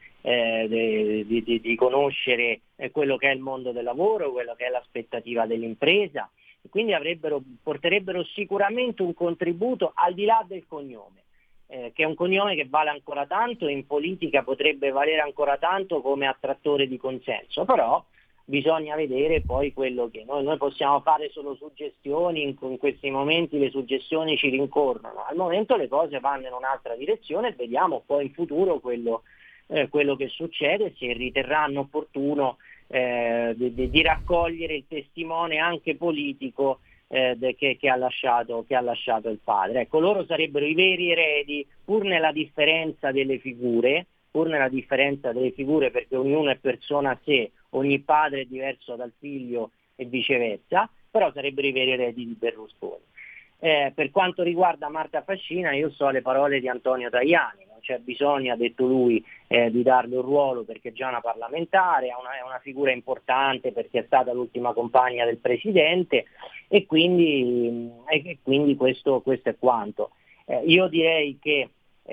eh, di, di, di conoscere eh, quello che è il mondo del lavoro, quello che è l'aspettativa dell'impresa, e quindi avrebbero, porterebbero sicuramente un contributo al di là del cognome. Eh, che è un cognome che vale ancora tanto e in politica potrebbe valere ancora tanto come attrattore di consenso, però bisogna vedere poi quello che noi, noi possiamo fare solo suggestioni, in, in questi momenti le suggestioni ci rincorrono, al momento le cose vanno in un'altra direzione e vediamo poi in futuro quello, eh, quello che succede, se riterranno opportuno eh, di, di raccogliere il testimone anche politico Eh, de, che, che, ha lasciato, che ha lasciato il padre. Ecco, loro sarebbero i veri eredi, pur nella differenza delle figure, pur nella differenza delle figure, perché ognuno è persona a sé, ogni padre è diverso dal figlio e viceversa, però sarebbero i veri eredi di Berlusconi. Eh, per quanto riguarda Marta Fascina, io so le parole di Antonio Tajani, non c'è bisogno, ha detto lui, eh, di darle un ruolo perché è già una parlamentare, è una, è una figura importante perché è stata l'ultima compagna del Presidente e quindi, e quindi questo, questo è quanto. Eh, io direi che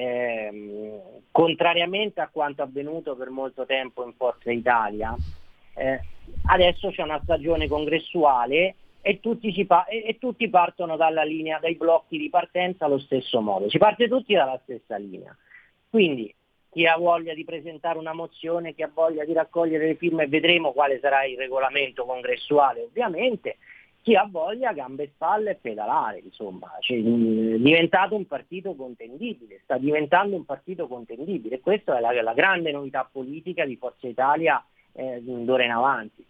ehm, contrariamente a quanto avvenuto per molto tempo in Forza Italia, eh, adesso c'è una stagione congressuale e tutti, si pa- e, e tutti partono dalla linea, dai blocchi di partenza allo stesso modo, si parte tutti dalla stessa linea, quindi chi ha voglia di presentare una mozione, chi ha voglia di raccogliere le firme, vedremo quale sarà il regolamento congressuale ovviamente, chi chi ha voglia gambe e spalle e pedalare, insomma, cioè, è diventato un partito contendibile, sta diventando un partito contendibile e questa è la, la grande novità politica di Forza Italia eh, d'ora in avanti.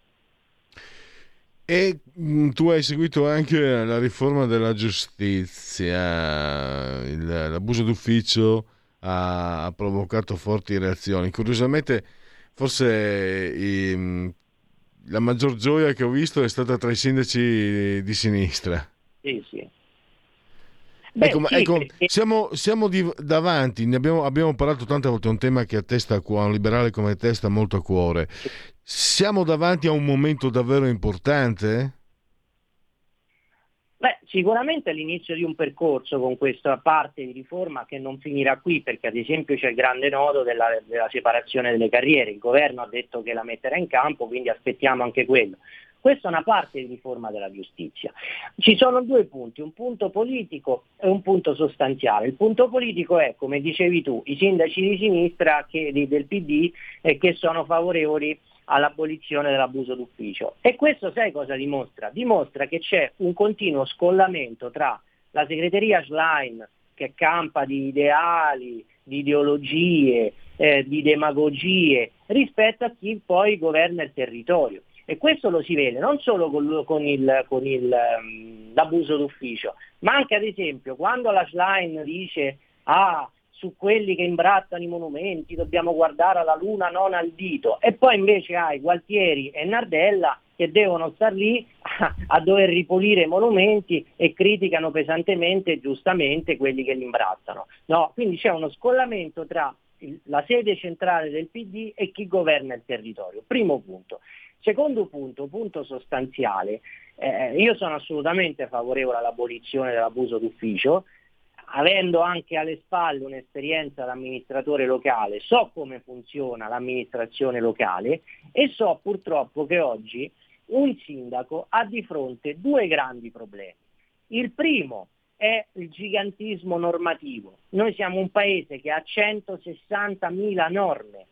E mh, tu hai seguito anche la riforma della giustizia, il, l'abuso d'ufficio ha, ha provocato forti reazioni. Curiosamente, forse i, la maggior gioia che ho visto è stata tra i sindaci di sinistra. Sì, sì. Beh, ecco, sì, ecco perché... siamo, siamo di, davanti, ne abbiamo, abbiamo parlato tante volte, è un tema che a testa a cuore, un liberale come te sta molto a cuore. Siamo davanti a un momento davvero importante? Beh, sicuramente è l'inizio di un percorso con questa parte di riforma che non finirà qui, perché ad esempio c'è il grande nodo della, della separazione delle carriere. Il governo ha detto che la metterà in campo, quindi aspettiamo anche quello. Questa è una parte di riforma della giustizia. Ci sono due punti, un punto politico e un punto sostanziale. Il punto politico è, come dicevi tu, i sindaci di sinistra che, di, del P D eh, che sono favorevoli all'abolizione dell'abuso d'ufficio. E questo sai cosa dimostra? Dimostra che c'è un continuo scollamento tra la segreteria Schlein, che campa di ideali, di ideologie, eh, di demagogie, rispetto a chi poi governa il territorio. E questo lo si vede non solo con, con, il, con il, um, l'abuso d'ufficio, ma anche ad esempio quando la Schlein dice ah, su quelli che imbrattano i monumenti dobbiamo guardare alla luna, non al dito, e poi invece hai Gualtieri e Nardella che devono star lì a, a dover ripulire i monumenti e criticano pesantemente e giustamente quelli che li imbrattano. No, quindi c'è uno scollamento tra il, la sede centrale del P D e chi governa il territorio. Primo punto. Secondo punto, punto sostanziale, eh, io sono assolutamente favorevole all'abolizione dell'abuso d'ufficio, avendo anche alle spalle un'esperienza da amministratore locale, so come funziona l'amministrazione locale e so purtroppo che oggi un sindaco ha di fronte due grandi problemi. Il primo è il gigantismo normativo. Noi siamo un paese che ha centosessantamila norme.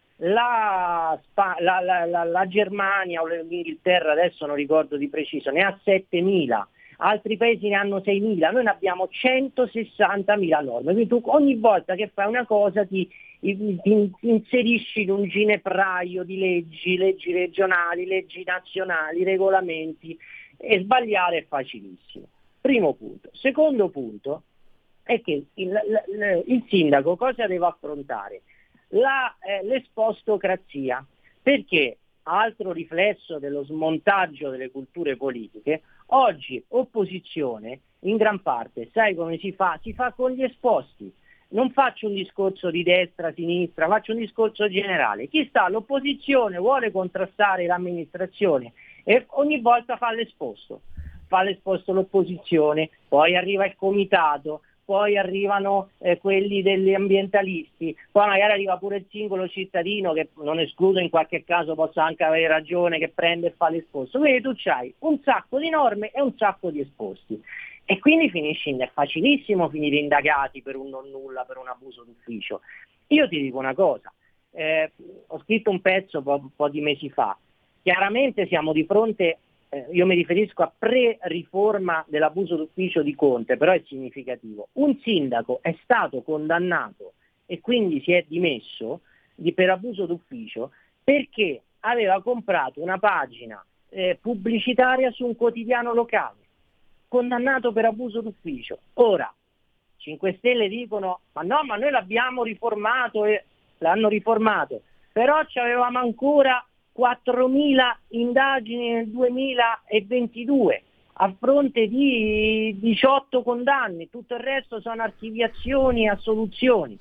La, la, la, la, la Germania o l'Inghilterra, adesso non ricordo di preciso, ne ha settemila, altri paesi ne hanno seimila, noi ne abbiamo centosessantamila norme, quindi tu ogni volta che fai una cosa ti, ti, ti inserisci in un ginepraio di leggi, leggi regionali, leggi nazionali, regolamenti, e sbagliare è facilissimo. Primo punto. Secondo punto è che il, il, il sindaco cosa deve affrontare? La, eh, l'espostocrazia, perché altro riflesso dello smontaggio delle culture politiche, oggi opposizione in gran parte, sai come si fa? Si fa con gli esposti. Non faccio un discorso di destra, sinistra, faccio un discorso generale. Chi sta all'opposizione vuole contrastare l'amministrazione e ogni volta fa l'esposto. Fa l'esposto l'opposizione, poi arriva il comitato, poi arrivano eh, quelli degli ambientalisti, poi magari arriva pure il singolo cittadino che non escludo in qualche caso possa anche avere ragione, che prende e fa l'esposto. Quindi tu c'hai un sacco di norme e un sacco di esposti e quindi finisci in, è facilissimo finire indagati per un non nulla, per un abuso d'ufficio. Io ti dico una cosa, eh, ho scritto un pezzo po', un po' di mesi fa, chiaramente siamo di fronte, eh, io mi riferisco a pre-riforma dell'abuso d'ufficio di Conte, però è significativo. Un sindaco è stato condannato e quindi si è dimesso di, per abuso d'ufficio perché aveva comprato una pagina eh, pubblicitaria su un quotidiano locale, condannato per abuso d'ufficio. Ora, cinque Stelle dicono, ma no, ma noi l'abbiamo riformato e l'hanno riformato, però ci avevamo ancora quattromila indagini nel duemilaventidue a fronte di diciotto condanne, tutto il resto sono archiviazioni e assoluzioni.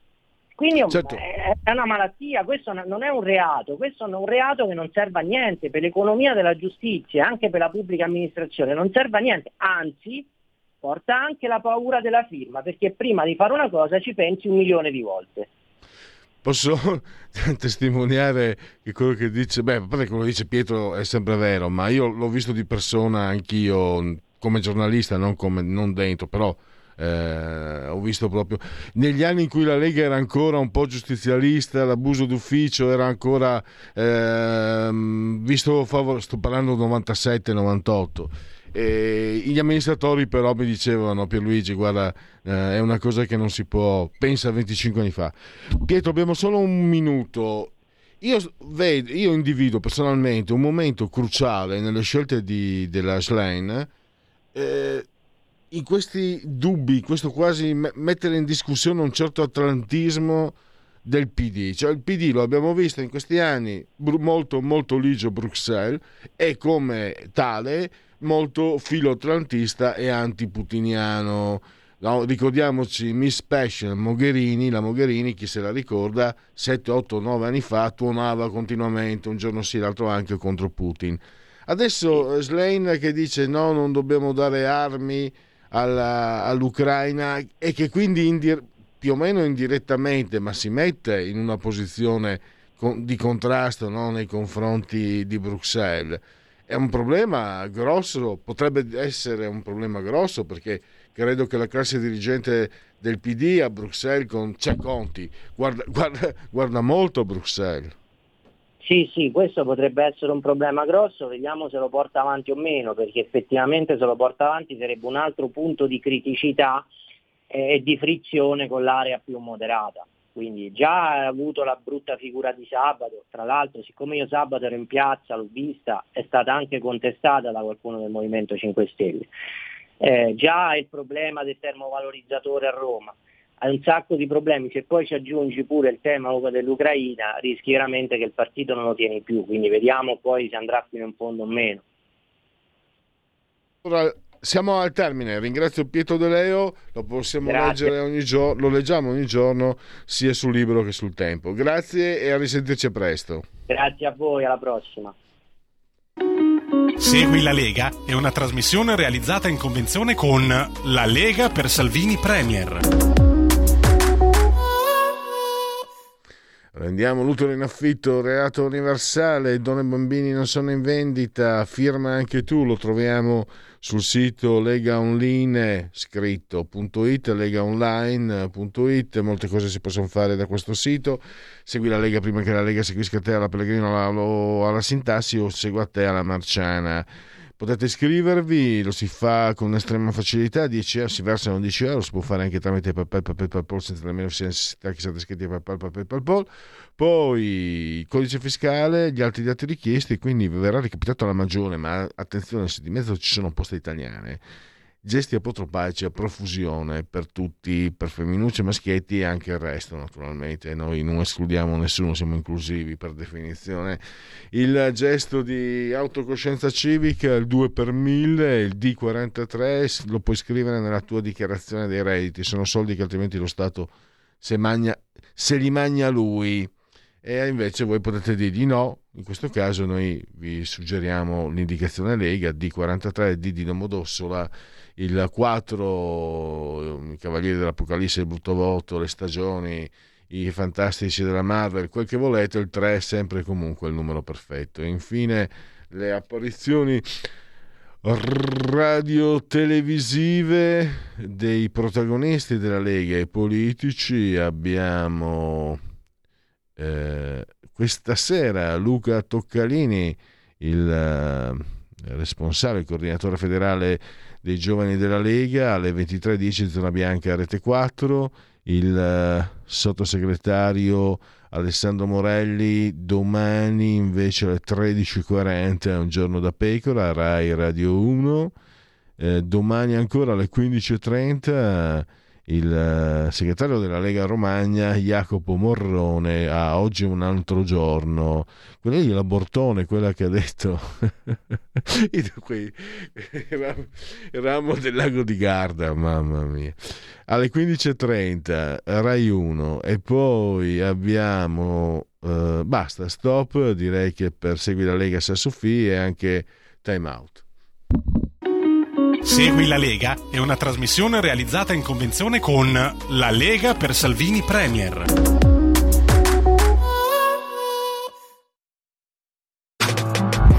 Quindi certo. È una malattia, questo non è un reato, questo è un reato che non serve a niente per l'economia della giustizia, anche per la pubblica amministrazione, non serve a niente, anzi porta anche la paura della firma, perché prima di fare una cosa ci pensi un milione di volte. Posso testimoniare che quello che dice, beh, a parte quello che dice Pietro è sempre vero, ma io l'ho visto di persona anch'io come giornalista, non come non dentro, però Eh, ho visto proprio negli anni in cui la Lega era ancora un po' giustizialista, l'abuso d'ufficio era ancora ehm, visto favore, sto parlando novantasette novantotto, e gli amministratori però mi dicevano: Pierluigi, guarda, eh, è una cosa che non si può, pensa a venticinque anni fa. Pietro, abbiamo solo un minuto. Io vedo, io individuo personalmente un momento cruciale nelle scelte di, della Schlein, eh, in questi dubbi, questo quasi mettere in discussione un certo atlantismo del P D. Cioè il P D lo abbiamo visto in questi anni molto molto ligio Bruxelles, e come tale molto filo-atlantista e antiputiniano. No, ricordiamoci Miss Special Mogherini, la Mogherini, chi se la ricorda, sette, otto, nove anni fa tuonava continuamente, un giorno sì, l'altro anche, contro Putin. Adesso Schlein che dice no, non dobbiamo dare armi alla, all'Ucraina, e che quindi indir- più o meno indirettamente, ma si mette in una posizione con- di contrasto, no, nei confronti di Bruxelles. È un problema grosso, potrebbe essere un problema grosso, perché credo che la classe dirigente del P D a Bruxelles con c'è Conti guarda, guarda, guarda molto a Bruxelles. Sì, sì, questo potrebbe essere un problema grosso, vediamo se lo porta avanti o meno, perché effettivamente se lo porta avanti sarebbe un altro punto di criticità e eh, di frizione con l'area più moderata. Quindi già ha avuto la brutta figura di sabato, tra l'altro siccome io sabato ero in piazza, l'ho vista, è stata anche contestata da qualcuno del Movimento cinque Stelle. Eh, già il problema del termovalorizzatore a Roma, hai un sacco di problemi, se poi ci aggiungi pure il tema dell'Ucraina rischi veramente che il partito non lo tieni più, quindi vediamo poi se andrà fino in fondo o meno. Ora siamo al termine, ringrazio Pietro De Leo, lo possiamo Grazie. leggere ogni giorno, lo leggiamo ogni giorno sia sul Libro che sul Tempo. Grazie e a risentirci presto. Grazie a voi, alla prossima. Segui la Lega è una trasmissione realizzata in convenzione con La Lega per Salvini Premier. Rendiamo l'utero in affitto reato universale, donne e bambini non sono in vendita, firma anche tu, lo troviamo sul sito legaonline scritto punto it, legaonline punto it, molte cose si possono fare da questo sito. Segui la Lega prima che la Lega seguisca te alla Pellegrino alla, alla Sintassi, o segua te alla Marciana. Potete iscrivervi, lo si fa con estrema facilità, dieci euro, si versano dieci euro, si può fare anche tramite PayPal, PayPal, PayPal, senza nemmeno necessità che siate iscritti a PayPal, PayPal, PayPal. Poi il codice fiscale, gli altri dati richiesti, quindi vi verrà recapitato alla magione, ma attenzione, se di mezzo ci sono poste italiane, gesti apotropaici a profusione per tutti, per femminucce, maschietti e anche il resto naturalmente, noi non escludiamo nessuno, siamo inclusivi per definizione. Il gesto di autocoscienza civica, il due per mille, il D quarantatré, lo puoi scrivere nella tua dichiarazione dei redditi, sono soldi che altrimenti lo Stato se, magna, se li magna lui, e invece voi potete dire di no. In questo caso noi vi suggeriamo l'indicazione Lega, D quarantatré, D di Domodossola, il quattro, i Cavalieri dell'Apocalisse, il brutto voto, le stagioni, i fantastici della Marvel, quel che volete, il tre è sempre comunque il numero perfetto. E infine le apparizioni radio-televisive dei protagonisti della Lega e politici. Abbiamo eh, questa sera Luca Toccalini, il eh, responsabile, il coordinatore federale dei giovani della Lega, alle ventitré e dieci Zona Bianca Rete quattro, il eh, sottosegretario Alessandro Morelli domani invece alle tredici e quaranta Un giorno da pecora, Rai Radio uno, eh, domani ancora alle quindici e trenta il segretario della Lega Romagna Jacopo Morrone a Oggi un altro giorno, quella lì la Bortone, quella che ha detto il ramo del lago di Garda, mamma mia, alle quindici e trenta Rai uno. E poi abbiamo uh, basta, stop, direi che per Segui la Lega Sassofì e anche Time Out. Segui la Lega è una trasmissione realizzata in convenzione con La Lega per Salvini Premier.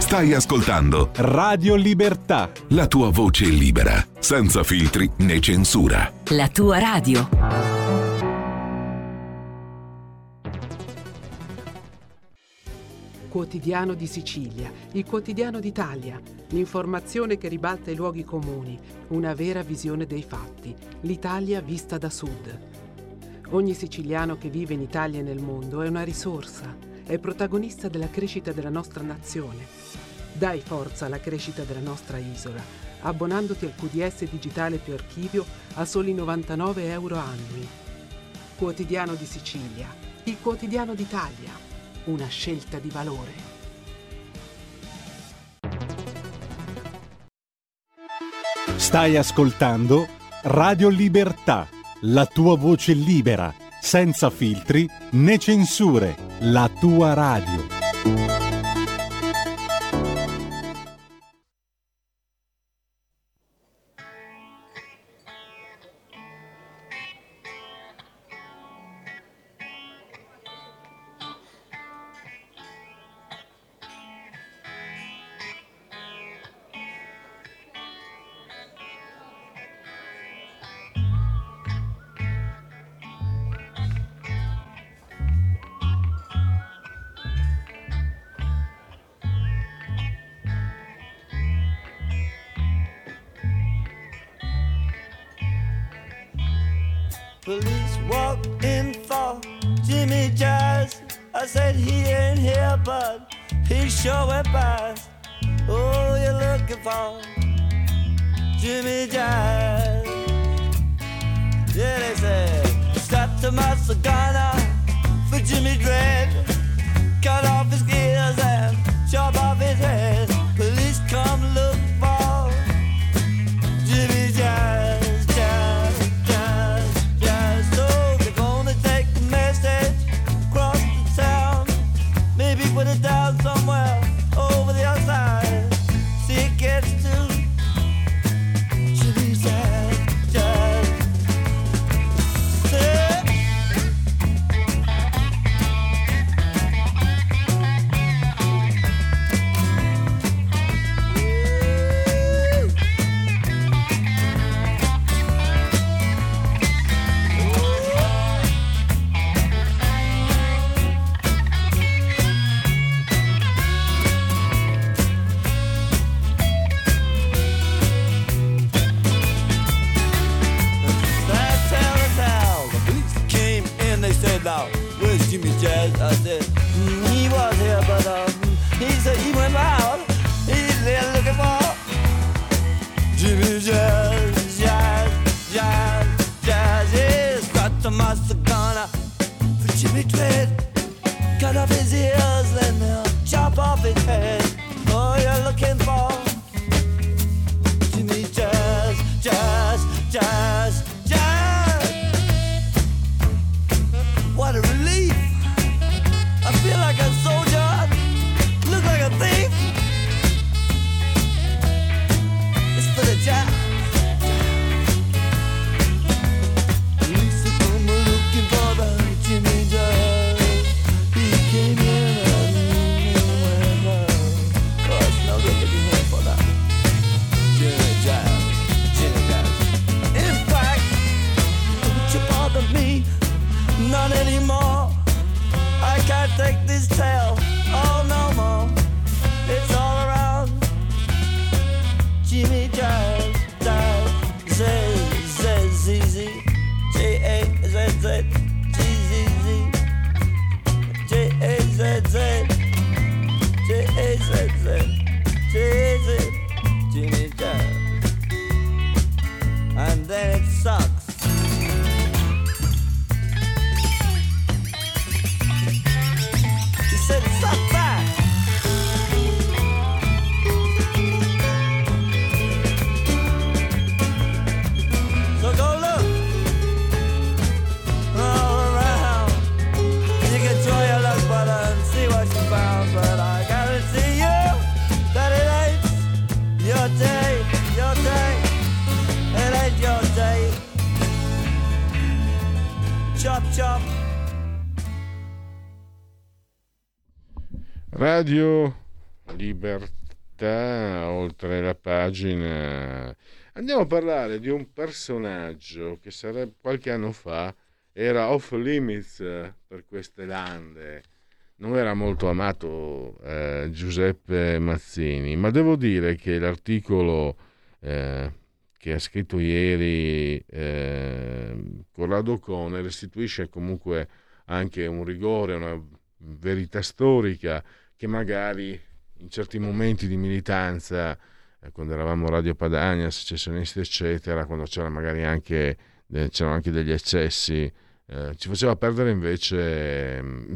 Stai ascoltando Radio Libertà. La tua voce libera, senza filtri né censura. La tua radio. Quotidiano di Sicilia, il quotidiano d'Italia, l'informazione che ribalta i luoghi comuni, una vera visione dei fatti, l'Italia vista da sud. Ogni siciliano che vive in Italia e nel mondo è una risorsa, è protagonista della crescita della nostra nazione. Dai forza alla crescita della nostra isola, abbonandoti al Q D S digitale più archivio a soli novantanove euro annui. Quotidiano di Sicilia, il quotidiano d'Italia. Una scelta di valore. Stai ascoltando Radio Libertà, la tua voce libera, senza filtri né censure, la tua radio. Police walked in for Jimmy Jazz. I said he ain't here, but he sure went past. Oh, you're looking for Jimmy Jazz. Yeah, they said, strapped to my cigar for Jimmy Dread. Cut off his gears and chop off his head. Police come look for Jimmy Jazz. Put it down somewhere over the other side. See it gets to Jimmy Jazz, Jazz. Say. Now, where's Jimmy Jazz? I said, mm, he was here, but um, he said he went out. He's there looking for Jimmy Jazz, Jazz, Jazz, Jazz. Yeah, got to my cigar for Jimmy Dread. Cut off his ears, then they'll chop off his head. Oh, you're looking for Jimmy Jazz, Jazz, Jazz, Jazz. What a relief! I feel like a soldier, look like a thief. It's for the jazz. Police are come looking for the Jimmy Jazz. He came in and went out. Cause now they're looking here for that Jimmy Jazz, Jimmy Jazz. In fact, don't you bother me. Not anymore. I can't take this tale. Oh, no more. It's all around. Jimmy Jazz, Jazz, Z, Z, Z, Z, J, A, Z, Z, G, Z, Z, J, A, Z, Z, J, A, Z, Z, J, Z, Jimmy Jazz. And then it sucks. Said it sucked back. So go look all around. You can try your luck, but and see what you found. But I guarantee you that it ain't your day, your day. It ain't your day. Chop, chop. Radio Libertà. libertà, oltre la pagina. Andiamo a parlare di un personaggio che sarebbe, qualche anno fa era off limits per queste lande. Non era molto amato eh, Giuseppe Mazzini, ma devo dire che l'articolo eh, che ha scritto ieri eh, Corrado Ocone restituisce comunque anche un rigore, una verità storica che magari in certi momenti di militanza, eh, quando eravamo Radio Padania, secessionisti eccetera, quando c'era magari anche, eh, c'erano anche degli eccessi, eh, ci faceva perdere invece... Eh,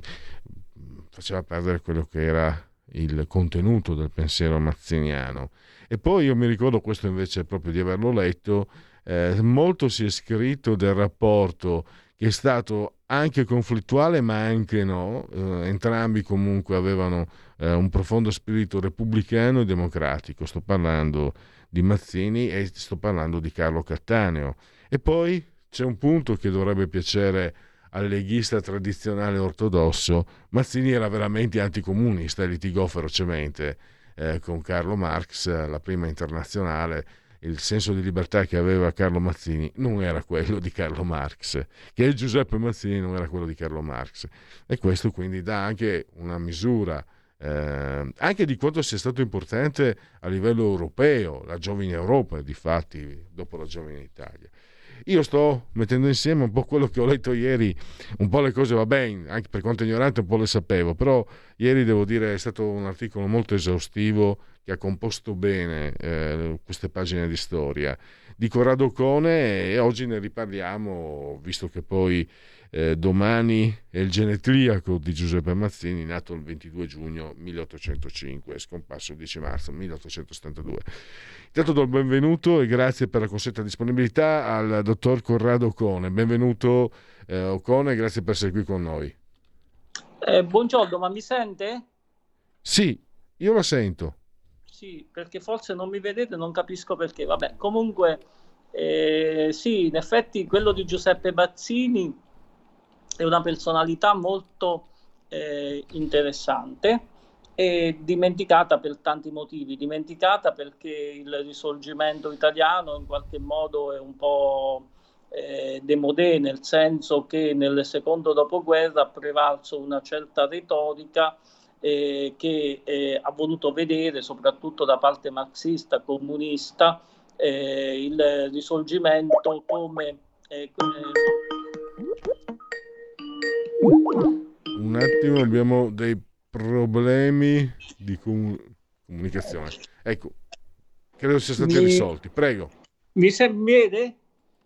faceva perdere quello che era il contenuto del pensiero mazziniano. E poi io mi ricordo, questo invece proprio di averlo letto, eh, molto si è scritto del rapporto che è stato anche conflittuale ma anche no, eh, entrambi comunque avevano eh, un profondo spirito repubblicano e democratico. Sto parlando di Mazzini e sto parlando di Carlo Cattaneo. E poi c'è un punto che dovrebbe piacere al leghista tradizionale ortodosso: Mazzini era veramente anticomunista e litigò ferocemente eh, con Carlo Marx, la prima internazionale. Il senso di libertà che aveva Carlo Mazzini non era quello di Carlo Marx, che Giuseppe Mazzini non era quello di Carlo Marx, e questo quindi dà anche una misura eh, anche di quanto sia stato importante a livello europeo la giovine Europa, difatti dopo la giovine Italia. Io sto mettendo insieme un po' quello che ho letto ieri, un po' le cose va bene, anche per quanto ignorante un po' le sapevo, però ieri devo dire è stato un articolo molto esaustivo che ha composto bene eh, queste pagine di storia di Corrado Ocone, e oggi ne riparliamo, visto che poi eh, domani è il genetriaco di Giuseppe Mazzini, nato il ventidue giugno milleottocentocinque, scomparso il dieci marzo milleottocentosettantadue. Intanto do il benvenuto e grazie per la consueta disponibilità al dottor Corrado Ocone. Benvenuto eh, Ocone, grazie per essere qui con noi. Eh, buongiorno, ma mi sente? Sì, io la sento. Sì, perché forse non mi vedete, non capisco perché. Vabbè, comunque eh, sì, in effetti quello di Giuseppe Mazzini è una personalità molto eh, interessante e dimenticata per tanti motivi. Dimenticata perché il risorgimento italiano in qualche modo è un po' eh, démodé, nel senso che nel secondo dopoguerra ha prevalso una certa retorica eh, che eh, ha voluto vedere, soprattutto da parte marxista, comunista, eh, il risorgimento come... Eh, come Un attimo, abbiamo dei problemi di com- comunicazione. Ecco, credo sia stati mi... risolti. Prego. Mi si vede?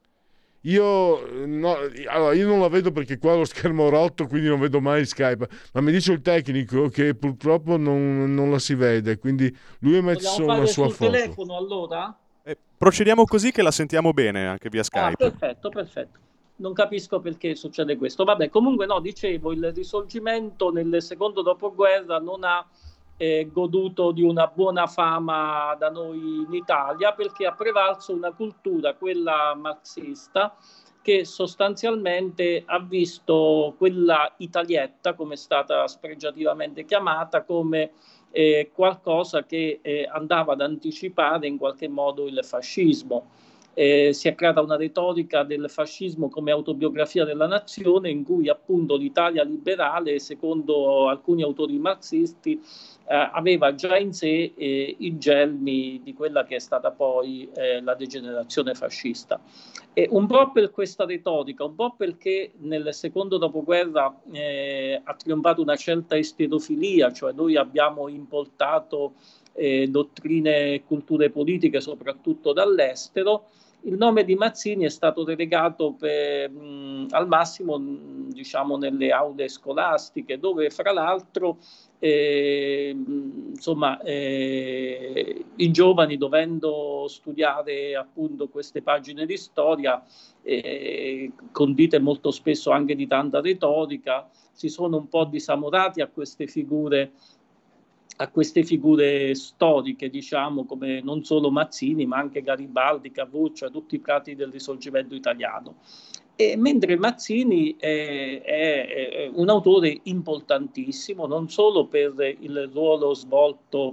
Io no, allora io non la vedo perché qua ho lo schermo rotto, quindi non vedo mai Skype, ma mi dice il tecnico che purtroppo non, non la si vede, quindi lui ha messo una sua foto. Telefono allora? Eh, procediamo così che la sentiamo bene anche via Skype. Ah, perfetto, perfetto. Non capisco perché succede questo. Vabbè, comunque no, dicevo, il risorgimento nel secondo dopoguerra non ha eh, goduto di una buona fama da noi in Italia, perché ha prevalso una cultura, quella marxista, che sostanzialmente ha visto quella Italietta, come è stata spregiativamente chiamata, come eh, qualcosa che eh, andava ad anticipare in qualche modo il fascismo. Eh, si è creata una retorica del fascismo come autobiografia della nazione, in cui appunto l'Italia liberale, secondo alcuni autori marxisti, eh, aveva già in sé eh, i germi di quella che è stata poi eh, la degenerazione fascista. E un po' per questa retorica, un po' perché nel secondo dopoguerra eh, ha trionfato una certa esterofilia, cioè noi abbiamo importato eh, dottrine e culture politiche soprattutto dall'estero. Il nome di Mazzini è stato relegato per, mh, al massimo mh, diciamo nelle aule scolastiche, dove fra l'altro eh, mh, insomma eh, i giovani, dovendo studiare appunto queste pagine di storia eh, condite molto spesso anche di tanta retorica, si sono un po' disamorati a queste figure a queste figure storiche, diciamo, come non solo Mazzini, ma anche Garibaldi, Cavour, cioè tutti i frati del risorgimento italiano. E mentre Mazzini è, è, è un autore importantissimo, non solo per il ruolo svolto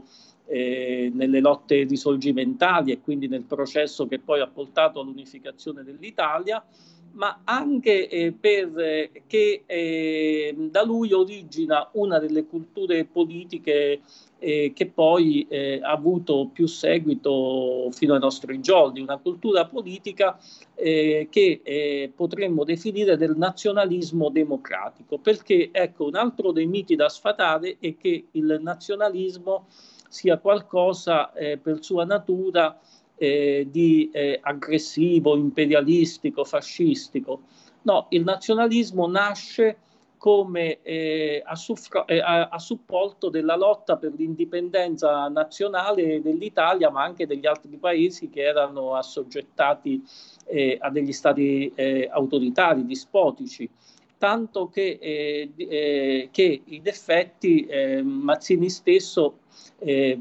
eh, nelle lotte risorgimentali e quindi nel processo che poi ha portato all'unificazione dell'Italia, ma anche eh, perché eh, da lui origina una delle culture politiche eh, che poi eh, ha avuto più seguito fino ai nostri giorni, una cultura politica eh, che eh, potremmo definire del nazionalismo democratico, perché ecco, un altro dei miti da sfatare è che il nazionalismo sia qualcosa eh, per sua natura Eh, di eh, aggressivo, imperialistico, fascistico. No, il nazionalismo nasce come eh, a, suffra- eh, a, a supporto della lotta per l'indipendenza nazionale dell'Italia, ma anche degli altri paesi che erano assoggettati eh, a degli stati eh, autoritari, dispotici. Tanto che, eh, eh, che in effetti eh, Mazzini stesso Eh,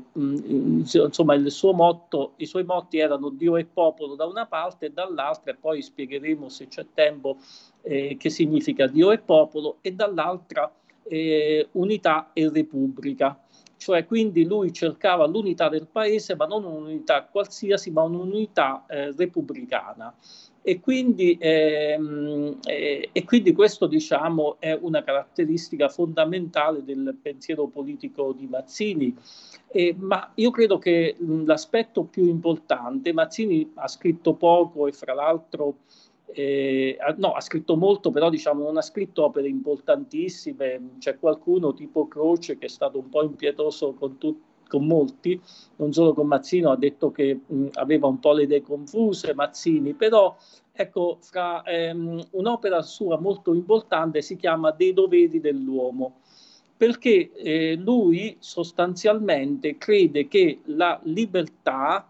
insomma il suo motto, i suoi motti erano Dio e popolo da una parte e dall'altra, e poi spiegheremo se c'è tempo eh, che significa Dio e popolo, e dall'altra eh, unità e repubblica, cioè quindi lui cercava l'unità del paese, ma non un'unità qualsiasi, ma un'unità eh, repubblicana. E quindi, ehm, eh, e quindi questo, diciamo, è una caratteristica fondamentale del pensiero politico di Mazzini. Eh, ma io credo che mh, l'aspetto più importante, Mazzini ha scritto poco e fra l'altro eh, no, ha scritto molto, però diciamo non ha scritto opere importantissime. C'è qualcuno tipo Croce che è stato un po' impietoso con tutti, con molti, non solo con Mazzini, ha detto che mh, aveva un po' le idee confuse Mazzini, però ecco, fra ehm, un'opera sua molto importante si chiama Dei doveri dell'uomo, perché eh, lui sostanzialmente crede che la libertà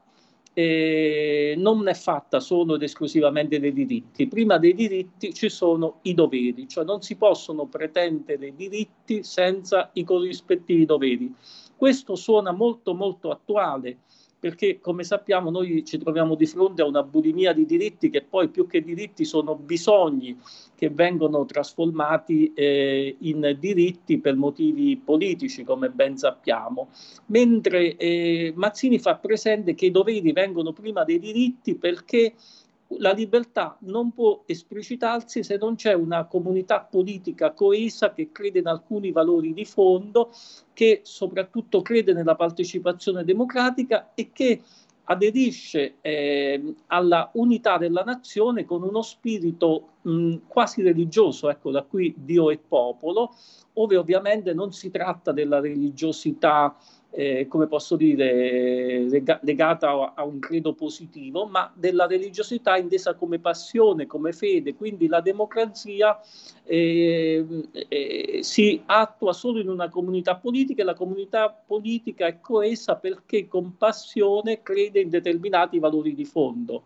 eh, non è fatta solo ed esclusivamente dei diritti. Prima dei diritti ci sono i doveri, cioè non si possono pretendere diritti senza i corrispettivi doveri. Questo suona molto molto attuale, perché come sappiamo noi ci troviamo di fronte a una bulimia di diritti che poi più che diritti sono bisogni che vengono trasformati eh, in diritti per motivi politici, come ben sappiamo, mentre eh, Mazzini fa presente che i doveri vengono prima dei diritti, perché la libertà non può esplicitarsi se non c'è una comunità politica coesa che crede in alcuni valori di fondo, che soprattutto crede nella partecipazione democratica e che aderisce eh, alla unità della nazione con uno spirito mh, quasi religioso, ecco, da qui Dio e popolo, ove ovviamente non si tratta della religiosità Eh, come posso dire, lega- legata a, a un credo positivo, ma della religiosità intesa come passione, come fede. Quindi la democrazia eh, eh, si attua solo in una comunità politica, e la comunità politica è coesa perché con passione crede in determinati valori di fondo.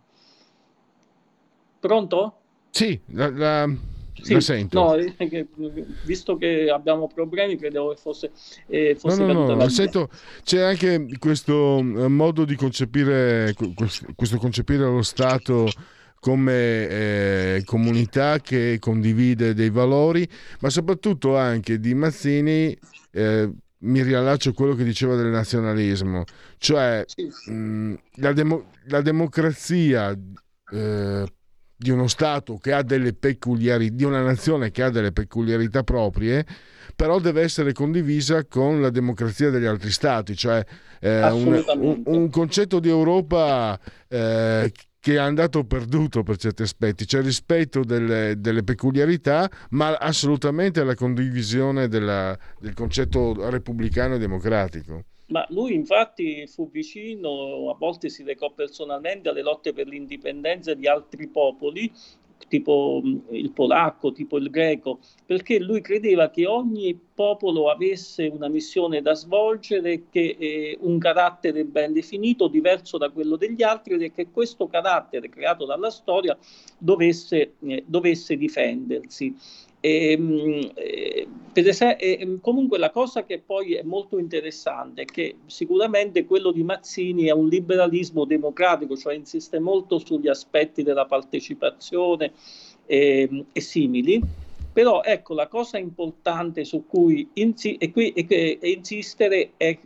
Pronto? Sì, la... la... Sì, la sento. no, eh, visto che abbiamo problemi, credevo che fosse, eh, fosse no, no, no, la sento, c'è anche questo modo di concepire, questo concepire lo Stato come eh, comunità che condivide dei valori, ma soprattutto anche di Mazzini. Eh, mi riallaccio a quello che diceva del nazionalismo, cioè sì. mh, la, demo- la democrazia eh, di uno Stato che ha delle peculiarità, di una nazione che ha delle peculiarità proprie, però deve essere condivisa con la democrazia degli altri Stati, cioè eh, un, un, un concetto di Europa eh, che è andato perduto per certi aspetti, c'è il rispetto delle, delle peculiarità, ma assolutamente la condivisione della, del concetto repubblicano e democratico. Ma lui infatti fu vicino, a volte si recò personalmente alle lotte per l'indipendenza di altri popoli, tipo il polacco, tipo il greco, perché lui credeva che ogni popolo avesse una missione da svolgere, che eh, un carattere ben definito, diverso da quello degli altri, e che questo carattere creato dalla storia dovesse, eh, dovesse difendersi. E, eh, per esempio, eh, comunque la cosa che poi è molto interessante è che sicuramente quello di Mazzini è un liberalismo democratico, cioè insiste molto sugli aspetti della partecipazione eh, e simili, però ecco la cosa importante su cui insi- e qui, e, e insistere è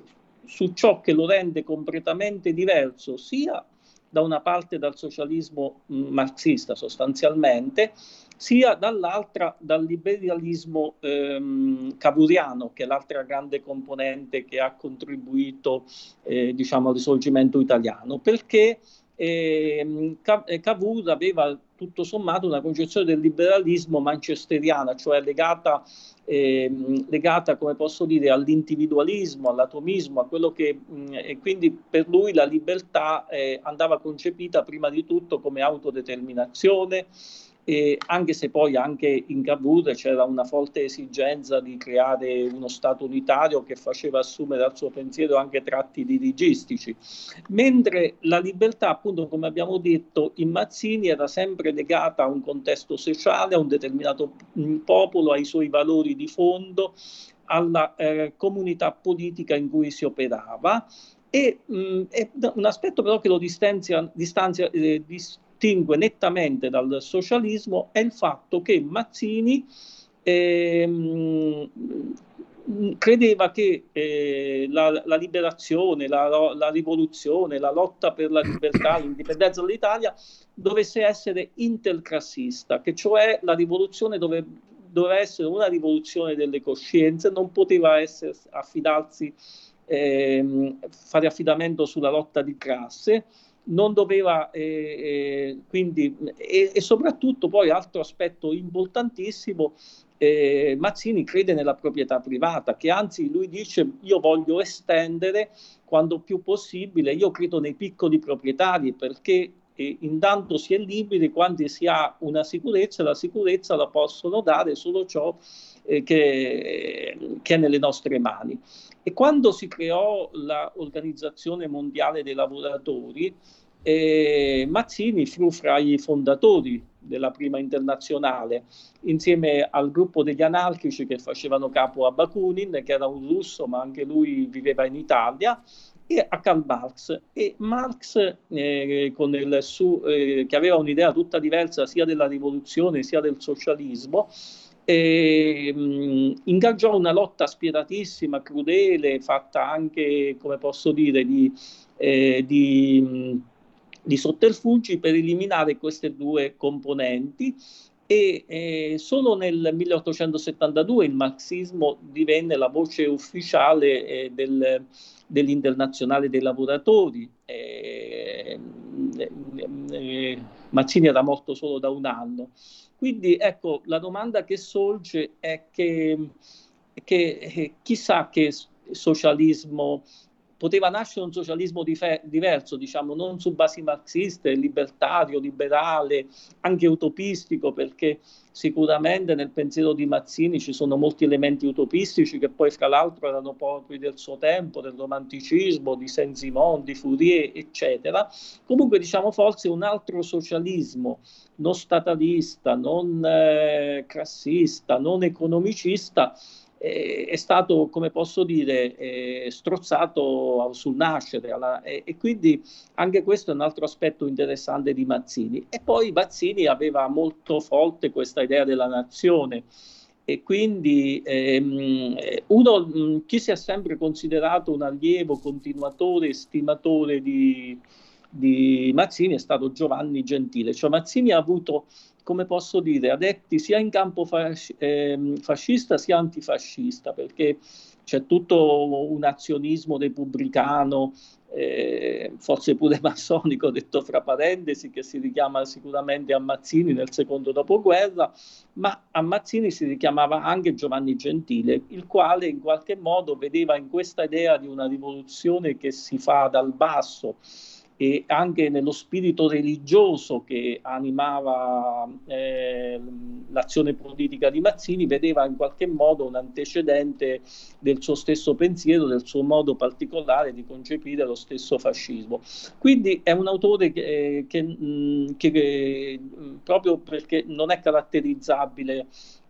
su ciò che lo rende completamente diverso sia da una parte dal socialismo mh, marxista sostanzialmente, sia dall'altra dal liberalismo ehm, cavouriano, che è l'altra grande componente che ha contribuito eh, diciamo, al risorgimento italiano, perché eh, Cavour aveva tutto sommato una concezione del liberalismo manchesteriana, cioè legata, eh, legata, come posso dire, all'individualismo, all'atomismo, a quello che, mh, e quindi per lui la libertà eh, andava concepita prima di tutto come autodeterminazione, e anche se poi anche in Cavour c'era una forte esigenza di creare uno Stato unitario che faceva assumere al suo pensiero anche tratti dirigistici, mentre la libertà, appunto, come abbiamo detto, in Mazzini era sempre legata a un contesto sociale, a un determinato mh, popolo, ai suoi valori di fondo, alla eh, comunità politica in cui si operava, e mh, è un aspetto però che lo distanzia, distanzia eh, dis- distingue nettamente dal socialismo è il fatto che Mazzini ehm, credeva che eh, la, la liberazione, la, la rivoluzione, la lotta per la libertà, l'indipendenza dell'Italia dovesse essere interclassista, che cioè la rivoluzione dove, doveva essere una rivoluzione delle coscienze, non poteva essere affidarsi, ehm, fare affidamento sulla lotta di classe, non doveva eh, eh, quindi e, e soprattutto poi altro aspetto importantissimo, eh, Mazzini crede nella proprietà privata, che anzi lui dice io voglio estendere quando più possibile, io credo nei piccoli proprietari perché eh, intanto si è liberi quando si ha una sicurezza, la sicurezza la possono dare solo ciò eh, che, che è nelle nostre mani. E quando si creò l'Organizzazione Mondiale dei Lavoratori, eh, Mazzini fu fra i fondatori della prima internazionale, insieme al gruppo degli anarchici che facevano capo a Bakunin, che era un russo ma anche lui viveva in Italia, e a Karl Marx. E Marx, eh, con il suo, eh, che aveva un'idea tutta diversa sia della rivoluzione sia del socialismo, E, mh, ingaggiò una lotta spietatissima, crudele, fatta anche, come posso dire, di, eh, di, mh, di sotterfugi per eliminare queste due componenti, e eh, solo nel milleottocentosettantadue il marxismo divenne la voce ufficiale eh, del, dell'Internazionale dei Lavoratori. Eh, eh, Mazzini era morto solo da un anno. Quindi ecco, la domanda che sorge è che, che eh, chissà che socialismo, poteva nascere un socialismo dife- diverso, diciamo, non su basi marxiste, libertario, liberale, anche utopistico, perché sicuramente nel pensiero di Mazzini ci sono molti elementi utopistici che poi fra l'altro erano propri del suo tempo, del romanticismo, di Saint-Simon, di Fourier, eccetera. Comunque diciamo forse un altro socialismo non statalista, non eh, classista, non economicista, eh, è stato, come posso dire, eh, strozzato sul nascere, alla, e, e quindi anche questo è un altro aspetto interessante di Mazzini. E poi Mazzini aveva molto forte questa idea della nazione, e quindi ehm, uno, mh, chi si è sempre considerato un allievo, continuatore, estimatore di di Mazzini è stato Giovanni Gentile. Cioè Mazzini ha avuto, come posso dire, adepti sia in campo fasc- eh, fascista sia antifascista, perché c'è tutto un azionismo repubblicano, eh, forse pure massonico, detto fra parentesi, che si richiama sicuramente a Mazzini nel secondo dopoguerra, ma a Mazzini si richiamava anche Giovanni Gentile, il quale in qualche modo vedeva in questa idea di una rivoluzione che si fa dal basso, e anche nello spirito religioso che animava eh, l'azione politica di Mazzini, vedeva in qualche modo un antecedente del suo stesso pensiero, del suo modo particolare di concepire lo stesso fascismo. Quindi è un autore che, che, mh, che proprio perché non è caratterizzabile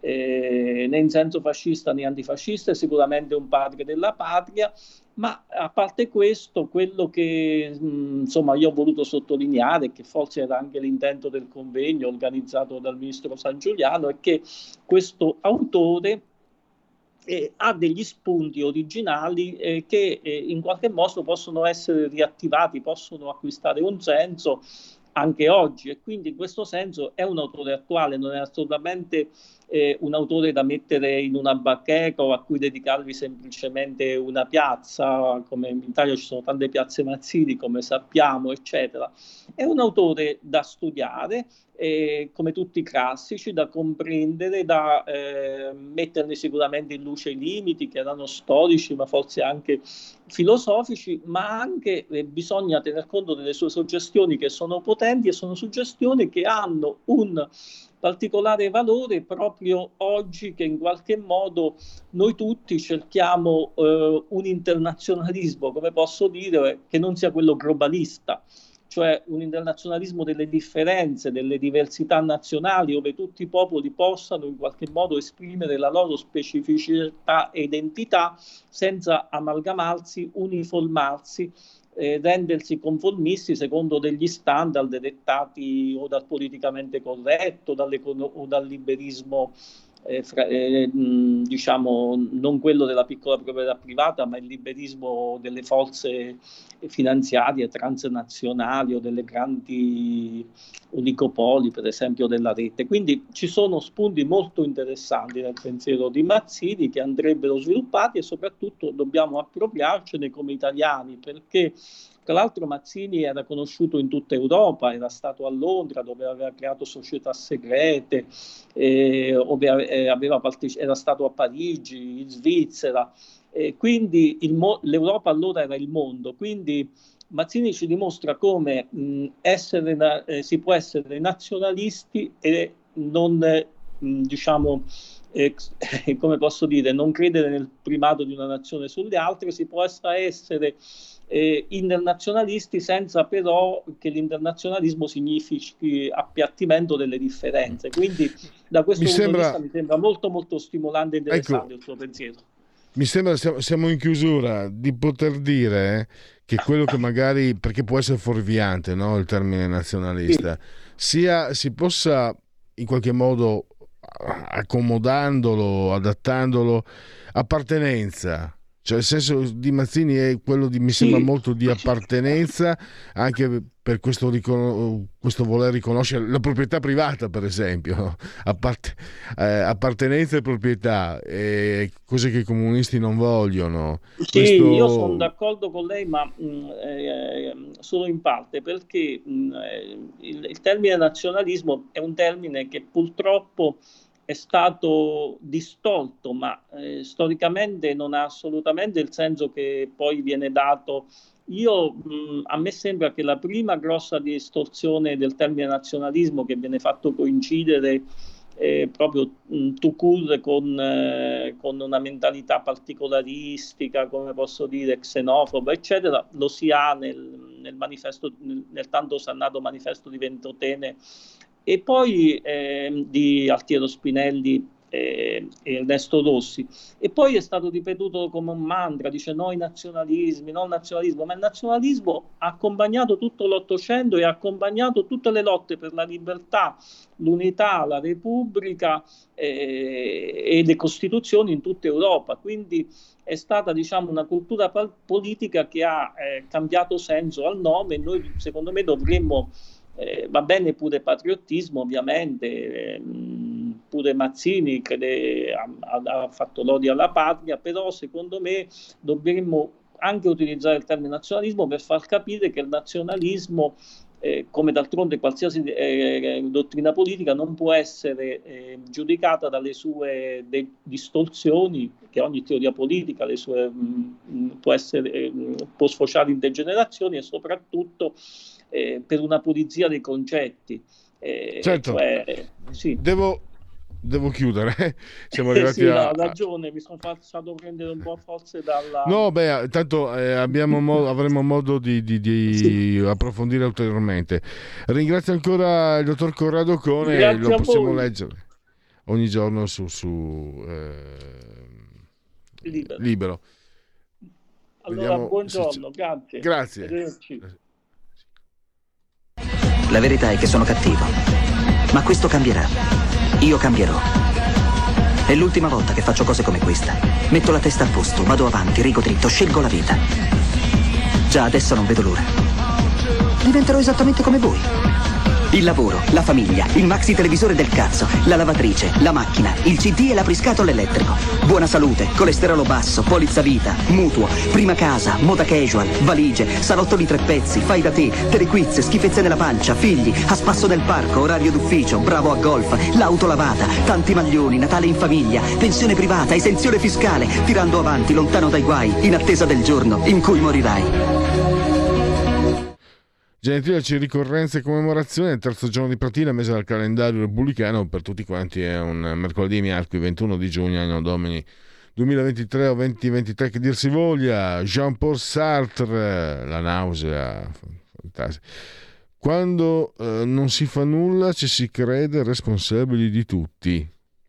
eh, né in senso fascista né antifascista, è sicuramente un padre della patria. Ma a parte questo, quello che mh, insomma io ho voluto sottolineare, che forse era anche l'intento del convegno organizzato dal ministro Sangiuliano, è che questo autore eh, ha degli spunti originali eh, che eh, in qualche modo possono essere riattivati, possono acquistare un senso anche oggi, e quindi in questo senso è un autore attuale, non è assolutamente eh, un autore da mettere in una bacheca o a cui dedicarvi semplicemente una piazza, come in Italia ci sono tante piazze Mazzini, come sappiamo, eccetera. È un autore da studiare, eh, come tutti i classici, da comprendere, da eh, metterne sicuramente in luce i limiti, che erano storici, ma forse anche filosofici, ma anche eh, bisogna tener conto delle sue suggestioni, che sono potenti e sono suggestioni che hanno un particolare valore proprio oggi, che in qualche modo noi tutti cerchiamo eh, un internazionalismo, come posso dire, che non sia quello globalista, cioè un internazionalismo delle differenze, delle diversità nazionali, dove tutti i popoli possano in qualche modo esprimere la loro specificità e identità senza amalgamarsi, uniformarsi, eh, rendersi conformisti secondo degli standard dettati o dal politicamente corretto o dal liberismo Eh, fra, eh, mh, diciamo non quello della piccola proprietà privata, ma il liberismo delle forze finanziarie transnazionali o delle grandi oligopoli, per esempio della rete. Quindi ci sono spunti molto interessanti nel pensiero di Mazzini che andrebbero sviluppati, e soprattutto dobbiamo appropriarcene come italiani, perché tra l'altro Mazzini era conosciuto in tutta Europa, era stato a Londra dove aveva creato società segrete, eh, ove, eh, aveva parteci- era stato a Parigi, in Svizzera, eh, quindi il mo- l'Europa allora era il mondo, quindi Mazzini ci dimostra come mh, essere na- eh, si può essere nazionalisti e non, eh, mh, diciamo, eh, come posso dire, non credere nel primato di una nazione sulle altre, si può essere Eh, internazionalisti senza però che l'internazionalismo significhi appiattimento delle differenze. Quindi da questo mi punto sembra... di vista mi sembra molto molto stimolante e interessante, ecco, il suo pensiero. Mi sembra, siamo in chiusura, di poter dire che quello che magari, perché può essere fuorviante, no, il termine nazionalista, sì, sia si possa in qualche modo, accomodandolo, adattandolo, appartenenza. Cioè il senso di Mazzini è quello di, mi sembra sì, molto di appartenenza, anche per questo, ricon- questo voler riconoscere la proprietà privata, per esempio, Appart- eh, appartenenza e proprietà, eh, cose che i comunisti non vogliono. Sì, questo... io sono d'accordo con lei, ma mh, eh, solo in parte, perché mh, il, il termine nazionalismo è un termine che purtroppo è stato distolto, ma eh, storicamente non ha assolutamente il senso che poi viene dato. Io, mh, a me sembra che la prima grossa distorsione del termine nazionalismo, che viene fatto coincidere eh, proprio mh, tout court con, eh, con una mentalità particolaristica, come posso dire, xenofoba, eccetera, lo si ha nel, nel manifesto, nel, nel tanto sannato manifesto di Ventotene, e poi eh, di Altiero Spinelli eh, e Ernesto Rossi, e poi è stato ripetuto come un mantra, dice no ai nazionalismi, no al nazionalismo, ma il nazionalismo ha accompagnato tutto l'Ottocento e ha accompagnato tutte le lotte per la libertà, l'unità, la Repubblica eh, e le Costituzioni in tutta Europa, quindi è stata, diciamo, una cultura politica che ha eh, cambiato senso al nome, e noi secondo me dovremmo Eh, va bene pure patriottismo, ovviamente, eh, pure Mazzini crede, ha, ha fatto l'odio alla patria, però secondo me dovremmo anche utilizzare il termine nazionalismo per far capire che il nazionalismo, eh, come d'altronde qualsiasi eh, dottrina politica, non può essere eh, giudicata dalle sue de- distorsioni, che ogni teoria politica le sue, mh, può, essere, eh, può sfociare in degenerazioni, e soprattutto Eh, per una pulizia dei concetti. Eh, certo, cioè, sì. devo, devo chiudere. Siamo arrivati sì, a... ha ragione, mi sono fatto prendere un po' forse dalla... No, beh, tanto eh, abbiamo mo- avremo modo di, di, di sì. approfondire ulteriormente. Ringrazio ancora il dottor Corrado Cone, Grazie, lo possiamo leggere ogni giorno su, su eh, Libero. Libero. Allora, Vediamo buongiorno, se... grazie. Grazie. Arrivederci. La verità è che sono cattivo, ma questo cambierà. Io cambierò. È l'ultima volta che faccio cose come questa. Metto la testa a posto, vado avanti, rigo dritto, scelgo la vita. Già adesso non vedo l'ora. Diventerò esattamente come voi. Il lavoro, la famiglia, il maxi televisore del cazzo, la lavatrice, la macchina, il C D e l'apriscatole elettrico. Buona salute, colesterolo basso, polizza vita, mutuo, prima casa, moda casual, valigie, salotto di tre pezzi, fai da te, telequiz, schifezze nella pancia, figli, a spasso nel parco, orario d'ufficio, bravo a golf, l'auto lavata, tanti maglioni, Natale in famiglia, pensione privata, esenzione fiscale, tirando avanti, lontano dai guai, in attesa del giorno in cui morirai. Gentileci, ricorrenze e commemorazioni, il terzo giorno di Pratina, mese del calendario repubblicano, per tutti quanti è un mercoledì miarqui, ventuno di giugno, anno domini duemilaventitré o duemilaventitré che dir si voglia. Jean-Paul Sartre, la nausea, fantastico. Quando eh, non si fa nulla ci si crede responsabili di tutti.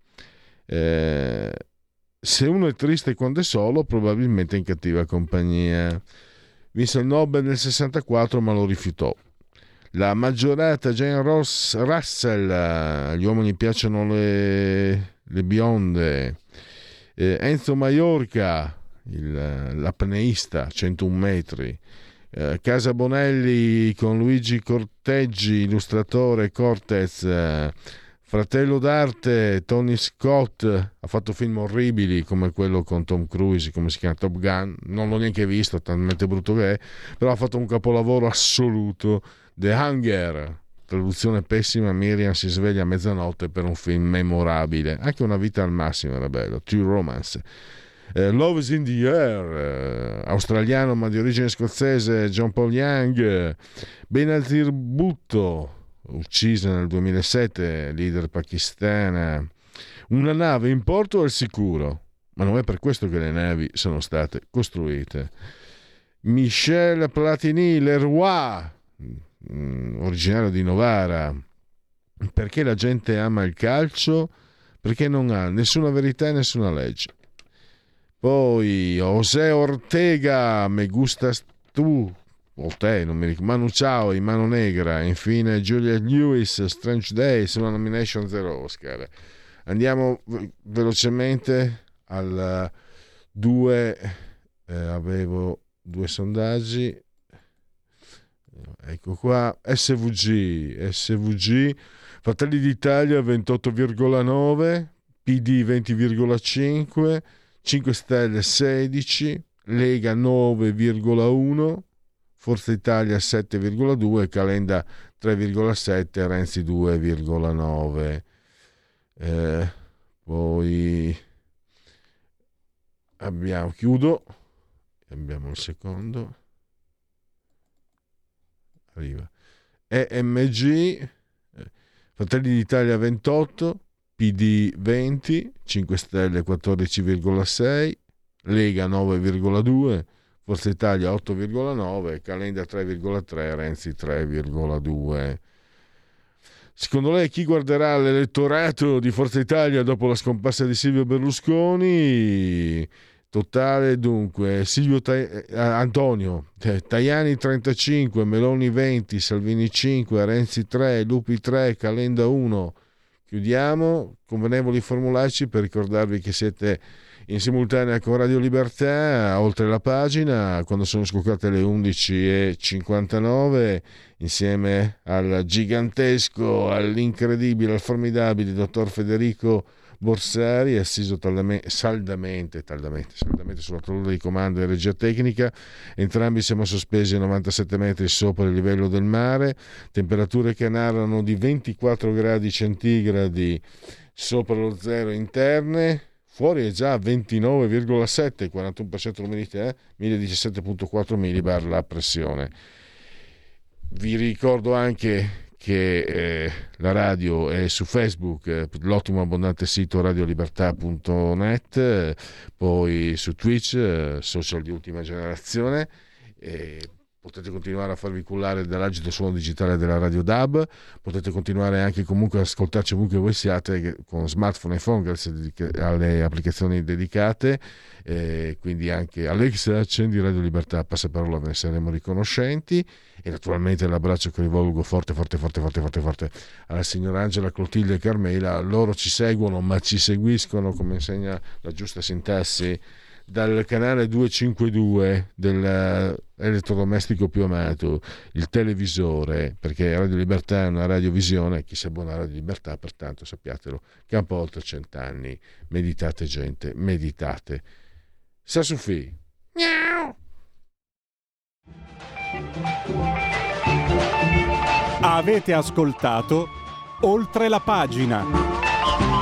Eh, se uno è triste quando è solo, probabilmente è in cattiva compagnia. Vinse il Nobel nel sessantaquattro ma lo rifiutò. La maggiorata Jane Ross Russell, agli uomini piacciono le, le bionde. eh, Enzo Maiorca, il, l'apneista, centouno metri. eh, Casa Bonelli con Luigi Corteggi, illustratore, Cortez. eh, Fratello d'arte Tony Scott, ha fatto film orribili come quello con Tom Cruise, come si chiama, Top Gun, non l'ho neanche visto, talmente brutto che è, però ha fatto un capolavoro assoluto, The Hunger, traduzione pessima, Miriam si sveglia a mezzanotte, per un film memorabile, anche Una vita al massimo era bello, True Romance. eh, Love is in the Air, eh, australiano ma di origine scozzese, John Paul Young. eh, Benazir Bhutto, uccisa nel duemilasette, leader pakistana. Una nave in porto al sicuro, ma non è per questo che le navi sono state costruite. Michel Platini-Leroy, originario di Novara. Perché la gente ama il calcio? Perché non ha nessuna verità e nessuna legge. Poi José Ortega, Me Gustas Tu, o te, non mi ricordo, Manu Chao, in Mano Negra. Infine Juliette Lewis, Strange Days, una nomination, zero Oscar. Andiamo velocemente al due, eh, avevo due sondaggi, ecco qua. S V G S V G Fratelli d'Italia ventotto virgola nove, P D venti virgola cinque, cinque Stelle sedici, Lega nove virgola uno, Forza Italia sette virgola due, Calenda tre virgola sette, Renzi due virgola nove. Eh, poi abbiamo, chiudo, abbiamo il secondo, arriva E M G, eh, Fratelli d'Italia ventotto, P D venti, cinque Stelle quattordici virgola sei, Lega nove virgola due, Forza Italia otto virgola nove, Calenda tre virgola tre, Renzi tre virgola due. Secondo lei chi guarderà l'elettorato di Forza Italia dopo la scomparsa di Silvio Berlusconi? Totale dunque: Silvio Ta- Antonio eh, Tajani trentacinque, Meloni venti, Salvini cinque, Renzi tre, Lupi tre, Calenda uno. Chiudiamo. Convenevoli formularci per ricordarvi che siete in simultanea con Radio Libertà, oltre la pagina, quando sono scoccate le undici e cinquantanove, insieme al gigantesco, all'incredibile, al formidabile dottor Federico Borsari, assiso taldamente, saldamente, taldamente, saldamente sulla tolla di comando e regia tecnica. Entrambi siamo sospesi a novantasette metri sopra il livello del mare, temperature che narrano di ventiquattro gradi centigradi sopra lo zero interne. Fuori è già ventinove virgola sette, quarantuno per cento l'umidità, eh? mille diciassette virgola quattro millibar la pressione. Vi ricordo anche che eh, la radio è su Facebook, eh, l'ottimo abbondante sito radiolibertà punto net, eh, poi su Twitch, eh, social di ultima generazione. Eh, potete continuare a farvi cullare dall'agito suono digitale della Radio D A B, potete continuare anche comunque a ascoltarci ovunque voi siate con smartphone e phone grazie alle applicazioni dedicate, eh, quindi anche Alexa accendi Radio Libertà, passaparola, ve ne saremo riconoscenti. E naturalmente l'abbraccio che rivolgo forte forte forte forte forte forte alla signora Angela, Clotilde e Carmela. Loro ci seguono, ma ci seguiscono, come insegna la giusta sintassi, dal canale duecentocinquantadue dell'elettrodomestico più amato, il televisore, perché Radio Libertà è una radiovisione, chi si abbona a Radio Libertà, pertanto sappiatelo, campo oltre cent'anni. Meditate gente, meditate. Sassufi. Miau. Avete ascoltato Oltre la pagina.